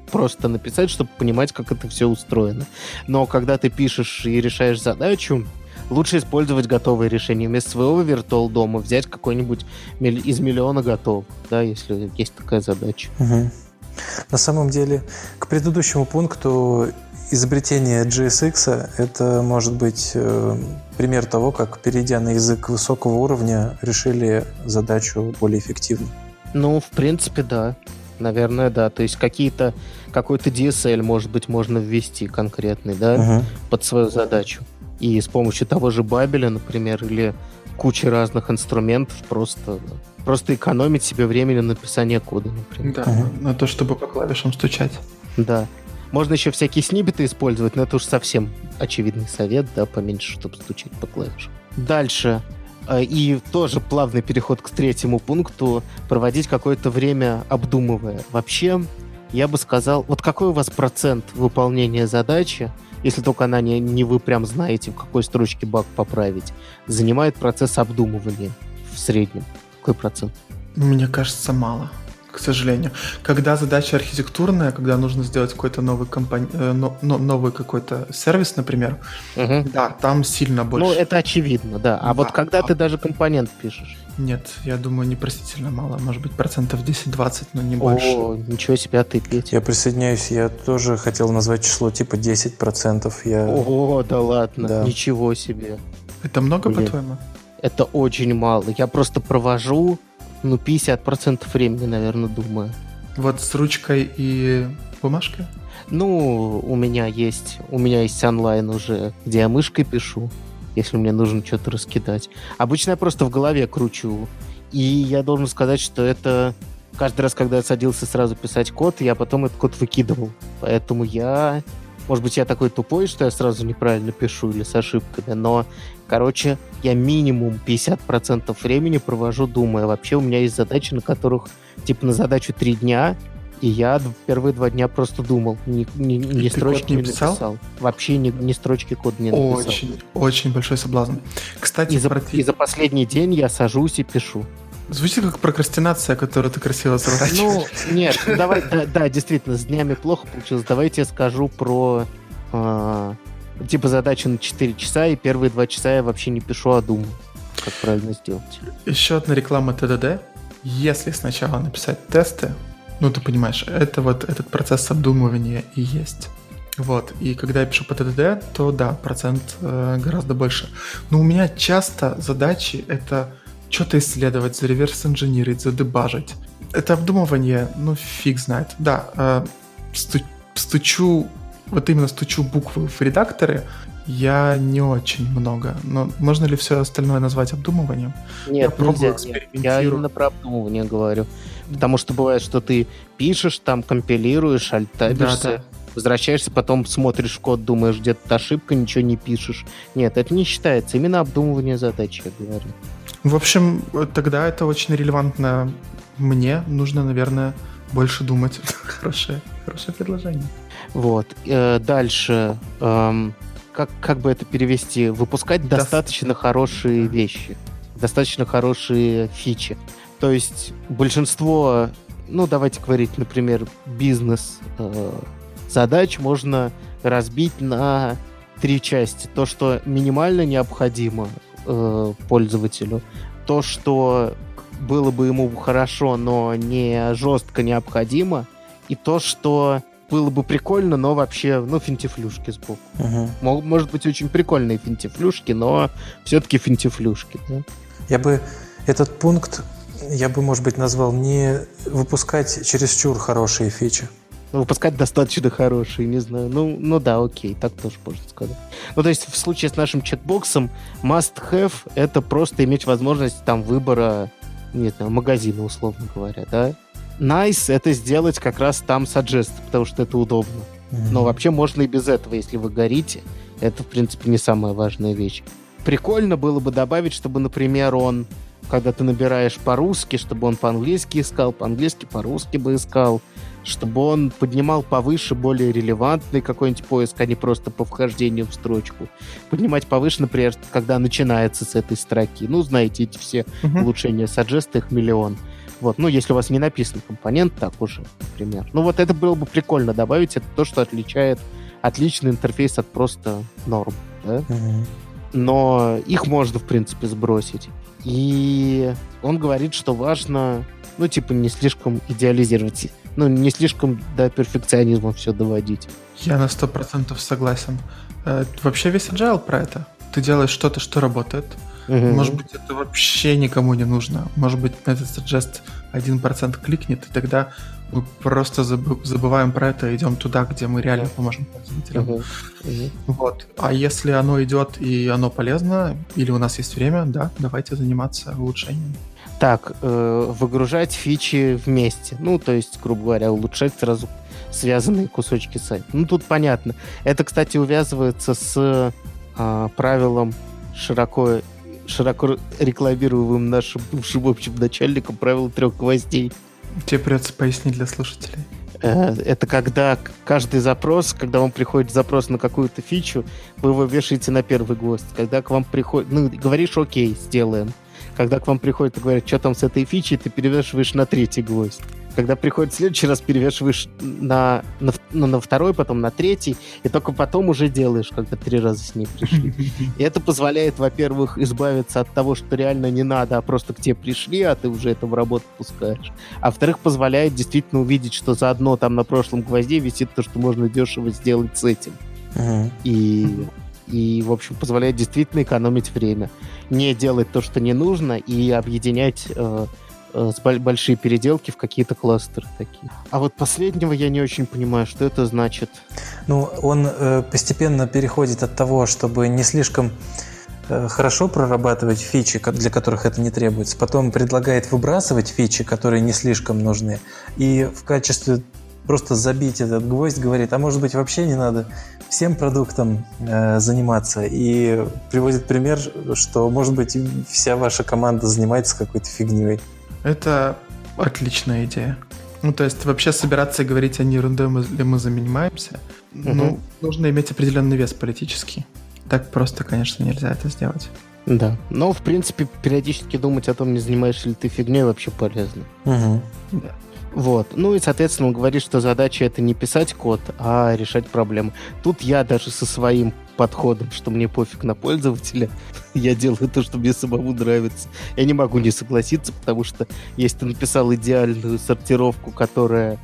просто написать, чтобы понимать, как это все устроено. Но когда ты пишешь и решаешь задачу, лучше использовать готовые решения. Вместо своего виртуал дома взять какой-нибудь из миллиона готов, да, если есть такая задача. Угу. На самом деле, к предыдущему пункту изобретение джей эс икс это может быть э, пример того, как, перейдя на язык высокого уровня, решили задачу более эффективно. Ну, в принципе, да. Наверное, да. То есть какие-то, какой-то ди эс эл, может быть, можно ввести конкретный, да, угу. под свою задачу. И с помощью того же Бабеля, например, или кучи разных инструментов просто, просто экономить себе времени на написание кода, например. Да, угу. на то, чтобы по клавишам стучать. Да. Можно еще всякие сниппеты использовать, но это уж совсем очевидный совет, да, поменьше, чтобы стучать по клавишам. Дальше. И тоже плавный переход к третьему пункту. Проводить какое-то время обдумывая. Вообще, я бы сказал, вот какой у вас процент выполнения задачи, если только она не, не вы прям знаете, в какой строчке баг поправить, занимает процесс обдумывания в среднем? Какой процент? Мне кажется, мало. К сожалению. Когда задача архитектурная, когда нужно сделать какой-то новый, компон... но, но, новый какой-то сервис, например, угу. да, там сильно больше. Ну, это очевидно, да. А да. вот когда а... ты даже компонент пишешь? Нет, я думаю, непростительно мало. Может быть, процентов десять-двадцать, но не больше. О, ничего себе, а ты, Петя? Я присоединяюсь. Я тоже хотел назвать число типа десять процентов. Я... Ого, да ладно. Да. Ничего себе. Это много, Блин. по-твоему? Это очень мало. Я просто провожу... Ну, пятьдесят процентов времени, наверное, думаю. Вот с ручкой и бумажкой? Ну, у меня есть, у меня есть онлайн уже, где я мышкой пишу, если мне нужно что-то раскидать. Обычно я просто в голове кручу. И я должен сказать, что это... Каждый раз, когда я садился сразу писать код, я потом этот код выкидывал. Поэтому я... Может быть, я такой тупой, что я сразу неправильно пишу или с ошибками, но, короче, я минимум пятьдесят процентов времени провожу, думая. Вообще у меня есть задачи, на которых, типа, на задачу три дня, и я первые два дня просто думал. Ни, ни, ни строчки не написал? написал. Вообще ни, ни строчки кода не написал. Очень, очень большой соблазн. Кстати, и за, про... и за последний день я сажусь и пишу. Звучит как прокрастинация, которую ты красиво разворачиваешь. Ну, нет, давай, да, да, действительно, с днями плохо получилось. Давайте я скажу про э, типа задачу на четыре часа, и первые два часа я вообще не пишу, а думаю, как правильно сделать. Еще одна реклама тэ дэ дэ. Если сначала написать тесты, ну, ты понимаешь, это вот этот процесс обдумывания и есть. Вот, и когда я пишу по тэ дэ дэ, то да, процент э, гораздо больше. Но у меня часто задачи — это что-то исследовать, зареверс-инженерить, задебажить. Это обдумывание, ну, фиг знает. Да, э, сту- стучу, вот именно стучу буквы в редакторы я не очень много. Но можно ли все остальное назвать обдумыванием? Нет, я нельзя. Нет. Я именно про обдумывание говорю. Потому что бывает, что ты пишешь, там компилируешь, альтабишься, да, да. возвращаешься, потом смотришь код, думаешь, где-то ошибка, ничего не пишешь. Нет, это не считается. Именно обдумывание задачи, я говорю. В общем, тогда это очень релевантно мне. Нужно, наверное, больше думать. Хорошее, хорошее предложение. Вот. Э, дальше. Эм, как, как бы это перевести? Выпускать да. достаточно хорошие вещи. Достаточно хорошие фичи. То есть большинство, ну, давайте говорить, например, бизнес э, задач можно разбить на три части. То, что минимально необходимо пользователю, то, что было бы ему хорошо, но не жестко необходимо, и то, что было бы прикольно, но вообще, ну, финтифлюшки сбоку. Uh-huh. Может быть, очень прикольные финтифлюшки, но все-таки финтифлюшки, да? Я бы этот пункт, я бы, может быть, назвал не выпускать чересчур хорошие фичи. Выпускать достаточно хорошие, не знаю. Ну, ну да, окей, так тоже можно сказать. Ну, то есть в случае с нашим чекбоксом must-have — это просто иметь возможность там выбора, не знаю, магазина, условно говоря, да. Nice — это сделать как раз там suggest, потому что это удобно. Mm-hmm. Но вообще можно и без этого, если вы горите. Это, в принципе, не самая важная вещь. Прикольно было бы добавить, чтобы, например, он, когда ты набираешь по-русски, чтобы он по-английски искал, по-английски по-русски бы искал, чтобы он поднимал повыше более релевантный какой-нибудь поиск, а не просто по вхождению в строчку. Поднимать повыше, например, когда начинается с этой строки. Ну, знаете, эти все uh-huh. улучшения саджеста, их миллион. Вот, ну, если у вас не написан компонент, так уже, например. Ну, вот это было бы прикольно добавить. Это то, что отличает отличный интерфейс от просто норм, да? Угу. Но их можно, в принципе, сбросить. И он говорит, что важно, ну, типа, не слишком идеализировать, ну, не слишком до перфекционизма все доводить. Я на сто процентов согласен. Э, вообще весь agile про это. Ты делаешь что-то, что работает. Угу. Может быть, это вообще никому не нужно. Может быть, на этот suggest один процент кликнет, и тогда мы просто забы- забываем про это и идем туда, где мы реально поможем пользователям. Угу. Угу. Вот. А если оно идет и оно полезно, или у нас есть время, да, давайте заниматься улучшением. Так, э, выгружать фичи вместе. Ну, то есть, грубо говоря, улучшать сразу связанные кусочки сайта. Ну, тут понятно. Это, кстати, увязывается с э, правилом широко, широко рекламируемым нашим бывшим общим начальником правила трех гвоздей. Тебе придется пояснить для слушателей. Э, это когда каждый запрос, когда вам приходит запрос на какую-то фичу, вы его вешаете на первый гвоздь. Когда к вам приходит... Ну, говоришь, окей, сделаем. Когда к вам приходят и говорят, что там с этой фичей, ты перевешиваешь на третий гвоздь. Когда приходит в следующий раз, перевешиваешь на, на, ну, на второй, потом на третий, и только потом уже делаешь, когда три раза с ней пришли. И это позволяет, во-первых, избавиться от того, что реально не надо, а просто к тебе пришли, а ты уже это в работу пускаешь. А во-вторых, позволяет действительно увидеть, что заодно там на прошлом гвозде висит то, что можно дешево сделать с этим. Uh-huh. И... И, в общем, позволяет действительно экономить время. Не делать то, что не нужно, и объединять э, э, большие переделки в какие-то кластеры такие. А вот последнего я не очень понимаю, что это значит. Ну, он э, постепенно переходит от того, чтобы не слишком э, хорошо прорабатывать фичи, для которых это не требуется, потом предлагает выбрасывать фичи, которые не слишком нужны, и в качестве просто забить этот гвоздь говорит, а может быть вообще не надо всем продуктом э, заниматься, и приводит пример, что может быть вся ваша команда занимается какой-то фигней. Это отличная идея. Ну, то есть вообще собираться и говорить о ерунде, ли мы занимаемся, угу. Ну, нужно иметь определенный вес политический. Так просто, конечно, нельзя это сделать. Да, но в принципе периодически думать о том, не занимаешься ли ты фигней, вообще полезно. Угу. Да. Вот. Ну и, соответственно, он говорит, что задача это не писать код, а решать проблемы. Тут я даже со своим подходом, что мне пофиг на пользователя, я делаю то, что мне самому нравится. Я не могу не согласиться, потому что если ты написал идеальную сортировку, которая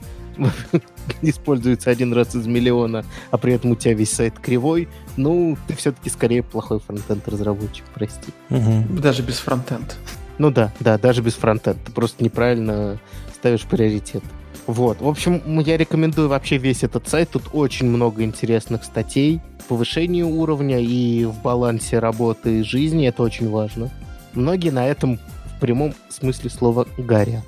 используется один раз из миллиона, а при этом у тебя весь сайт кривой, ну, ты все-таки скорее плохой фронтенд-разработчик, прости. Угу. Даже без фронтенд. Ну да, да, даже без фронтенда. Ты просто неправильно ставишь приоритет. Вот. В общем, я рекомендую вообще весь этот сайт. Тут очень много интересных статей. Повышение уровня и в балансе работы и жизни. Это очень важно. Многие на этом в прямом смысле слова горят.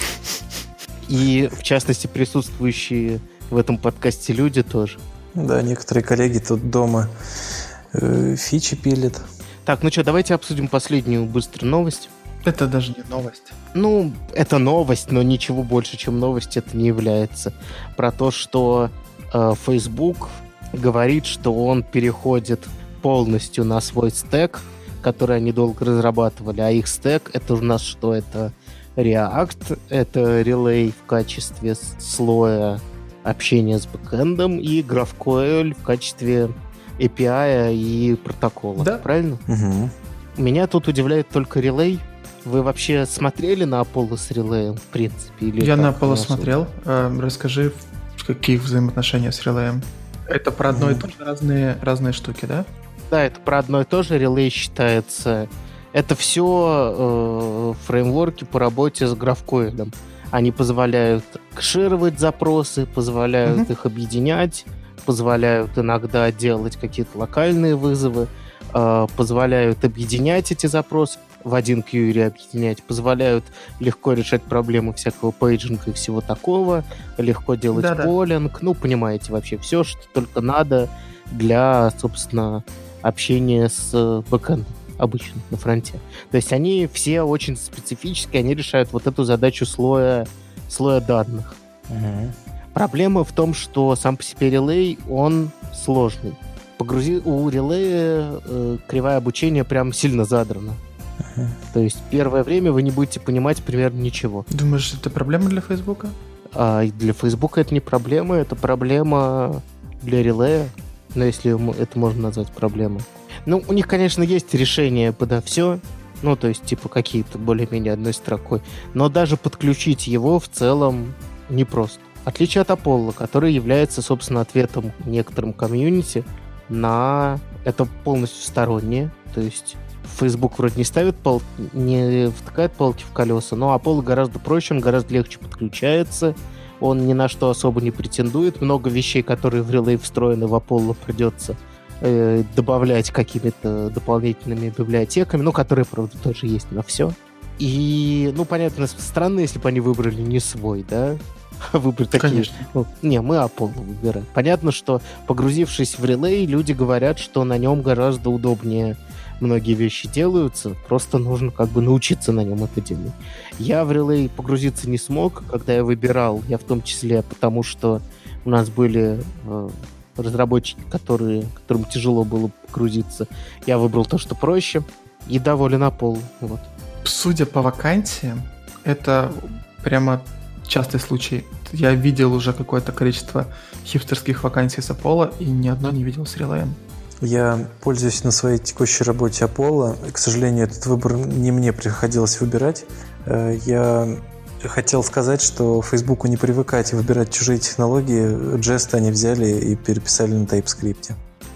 И, в частности, присутствующие в этом подкасте люди тоже. Да, некоторые коллеги тут дома э, фичи пилят. Так, ну что, давайте обсудим последнюю быструю новость. Это даже не новость. Ну, это новость, но ничего больше, чем новость, это не является. Про то, что э, Facebook говорит, что он переходит полностью на свой стэк, который они долго разрабатывали. А их стэк, это у нас что? Это React, это Relay в качестве слоя общения с бэкэндом и GraphQL в качестве эй пи ай и протокола. Да. Правильно? Угу. Меня тут удивляет только Relay. Вы вообще смотрели на Apollo с Relay, в принципе? Или Я как? на Apollo смотрел. Э, расскажи, какие взаимоотношения с Relay? Это про одно mm. и то же разные, разные штуки, да? Да, это про одно и то же. Relay считается... Это все э, фреймворки по работе с GraphQL. Они позволяют кэшировать запросы, позволяют mm-hmm. их объединять, позволяют иногда делать какие-то локальные вызовы, э, позволяют объединять эти запросы в один query объединять, позволяют легко решать проблемы всякого пейджинга и всего такого, легко делать Да-да. полинг, ну, понимаете, вообще все, что только надо для, собственно, общения с бэкэндом обычно на фронте. То есть они все очень специфические, они решают вот эту задачу слоя, слоя данных. Угу. Проблема в том, что сам по себе Relay, он сложный. Погрузи... У Relay э, кривая обучения прям сильно задрана. Uh-huh. То есть первое время вы не будете понимать примерно ничего. Думаешь, это проблема для Фейсбука? А для Фейсбука это не проблема, это проблема для Relay, ну, если это можно назвать проблемой. Ну, у них, конечно, есть решение подо все, ну, то есть, типа, какие-то более-менее одной строкой, но даже подключить его в целом непросто. В отличие от Apollo, который является, собственно, ответом некоторым комьюнити на это полностью стороннее, то есть Facebook вроде не ставит пал... не втыкает палки в колеса, но Apollo гораздо проще, он гораздо легче подключается, он ни на что особо не претендует, много вещей, которые в Relay встроены в Apollo, придется э, добавлять какими-то дополнительными библиотеками, ну, которые, правда, тоже есть на все. И, ну, понятно, странно, если бы они выбрали не свой, да, выбрать такие. Конечно. Ну, не, мы Apollo выбираем. Понятно, что, погрузившись в Relay, люди говорят, что на нем гораздо удобнее многие вещи делаются, просто нужно как бы научиться на нем это делать. Я в Relay погрузиться не смог, когда я выбирал, я в том числе, потому что у нас были э, разработчики, которые, которым тяжело было погрузиться. Я выбрал то, что проще, и доволен Apollo. Вот. Судя по вакансиям, это прямо частый случай. Я видел уже какое-то количество хипстерских вакансий с Apollo, и ни одной не видел с Relay. Я пользуюсь на своей текущей работе Apollo, и, к сожалению, этот выбор не мне приходилось выбирать. Я хотел сказать, что Фейсбуку не привыкать выбирать чужие технологии. Jest они взяли и переписали на TypeScript.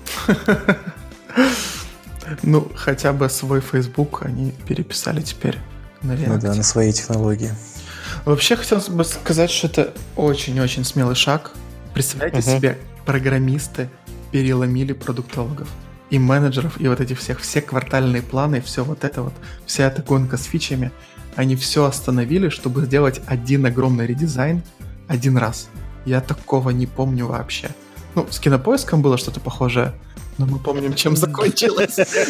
Ну, хотя бы свой Facebook они переписали теперь на React. Ну да, на свои технологии. Вообще, хотел бы сказать, что это очень-очень смелый шаг. Представляете uh-huh. себе, программисты переломили продуктологов и менеджеров, и вот этих всех, все квартальные планы, все вот это вот, вся эта гонка с фичами, они все остановили, чтобы сделать один огромный редизайн один раз. Я такого не помню вообще. Ну, с Кинопоиском было что-то похожее, но мы помним, чем закончилось.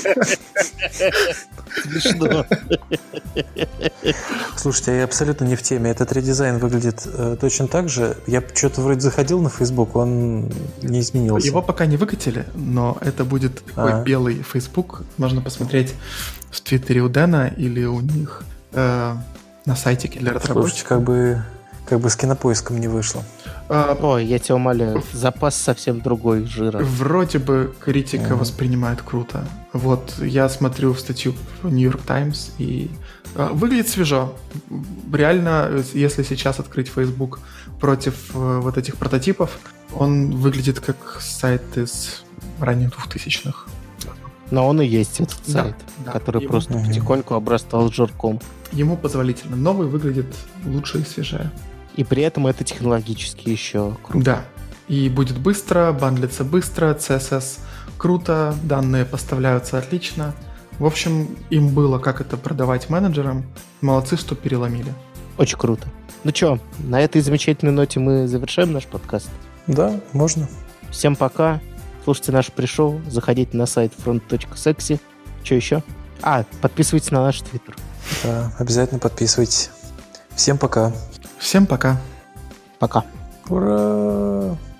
Смешно. Слушайте, я абсолютно не в теме. Этот редизайн выглядит э, точно так же. Я что-то вроде заходил на Facebook, он не изменился. Его пока не выкатили, но это будет такой А-а. белый Facebook. Можно посмотреть в Твиттере у Дэна или у них э, на сайтике для разработчиков. Слушайте, как бы, как бы с Кинопоиском не вышло. А, Ой, я тебя умоляю, запас совсем другой жира. Вроде бы критика mm-hmm. воспринимает круто. Вот, я смотрю статью в New York Times, и а, выглядит свежо. Реально, если сейчас открыть Facebook против а, вот этих прототипов, он выглядит как сайт из ранних двухтысячных. Но он и есть этот да, сайт, да. который Ему... просто mm-hmm. потихоньку обрастал жирком. Ему позволительно. Новый выглядит лучше и свежее. И при этом это технологически еще круто. Да. И будет быстро, бандлится быстро, си эс эс круто, данные поставляются отлично. В общем, им было как это продавать менеджерам. Молодцы, что переломили. Очень круто. Ну что, на этой замечательной ноте мы завершаем наш подкаст? Да, можно. Всем пока. Слушайте наш пришел. Заходите на сайт фронт точка секси. Что еще? А, подписывайтесь на наш твиттер. Да, обязательно подписывайтесь. Всем пока. Всем пока. Пока. Ура!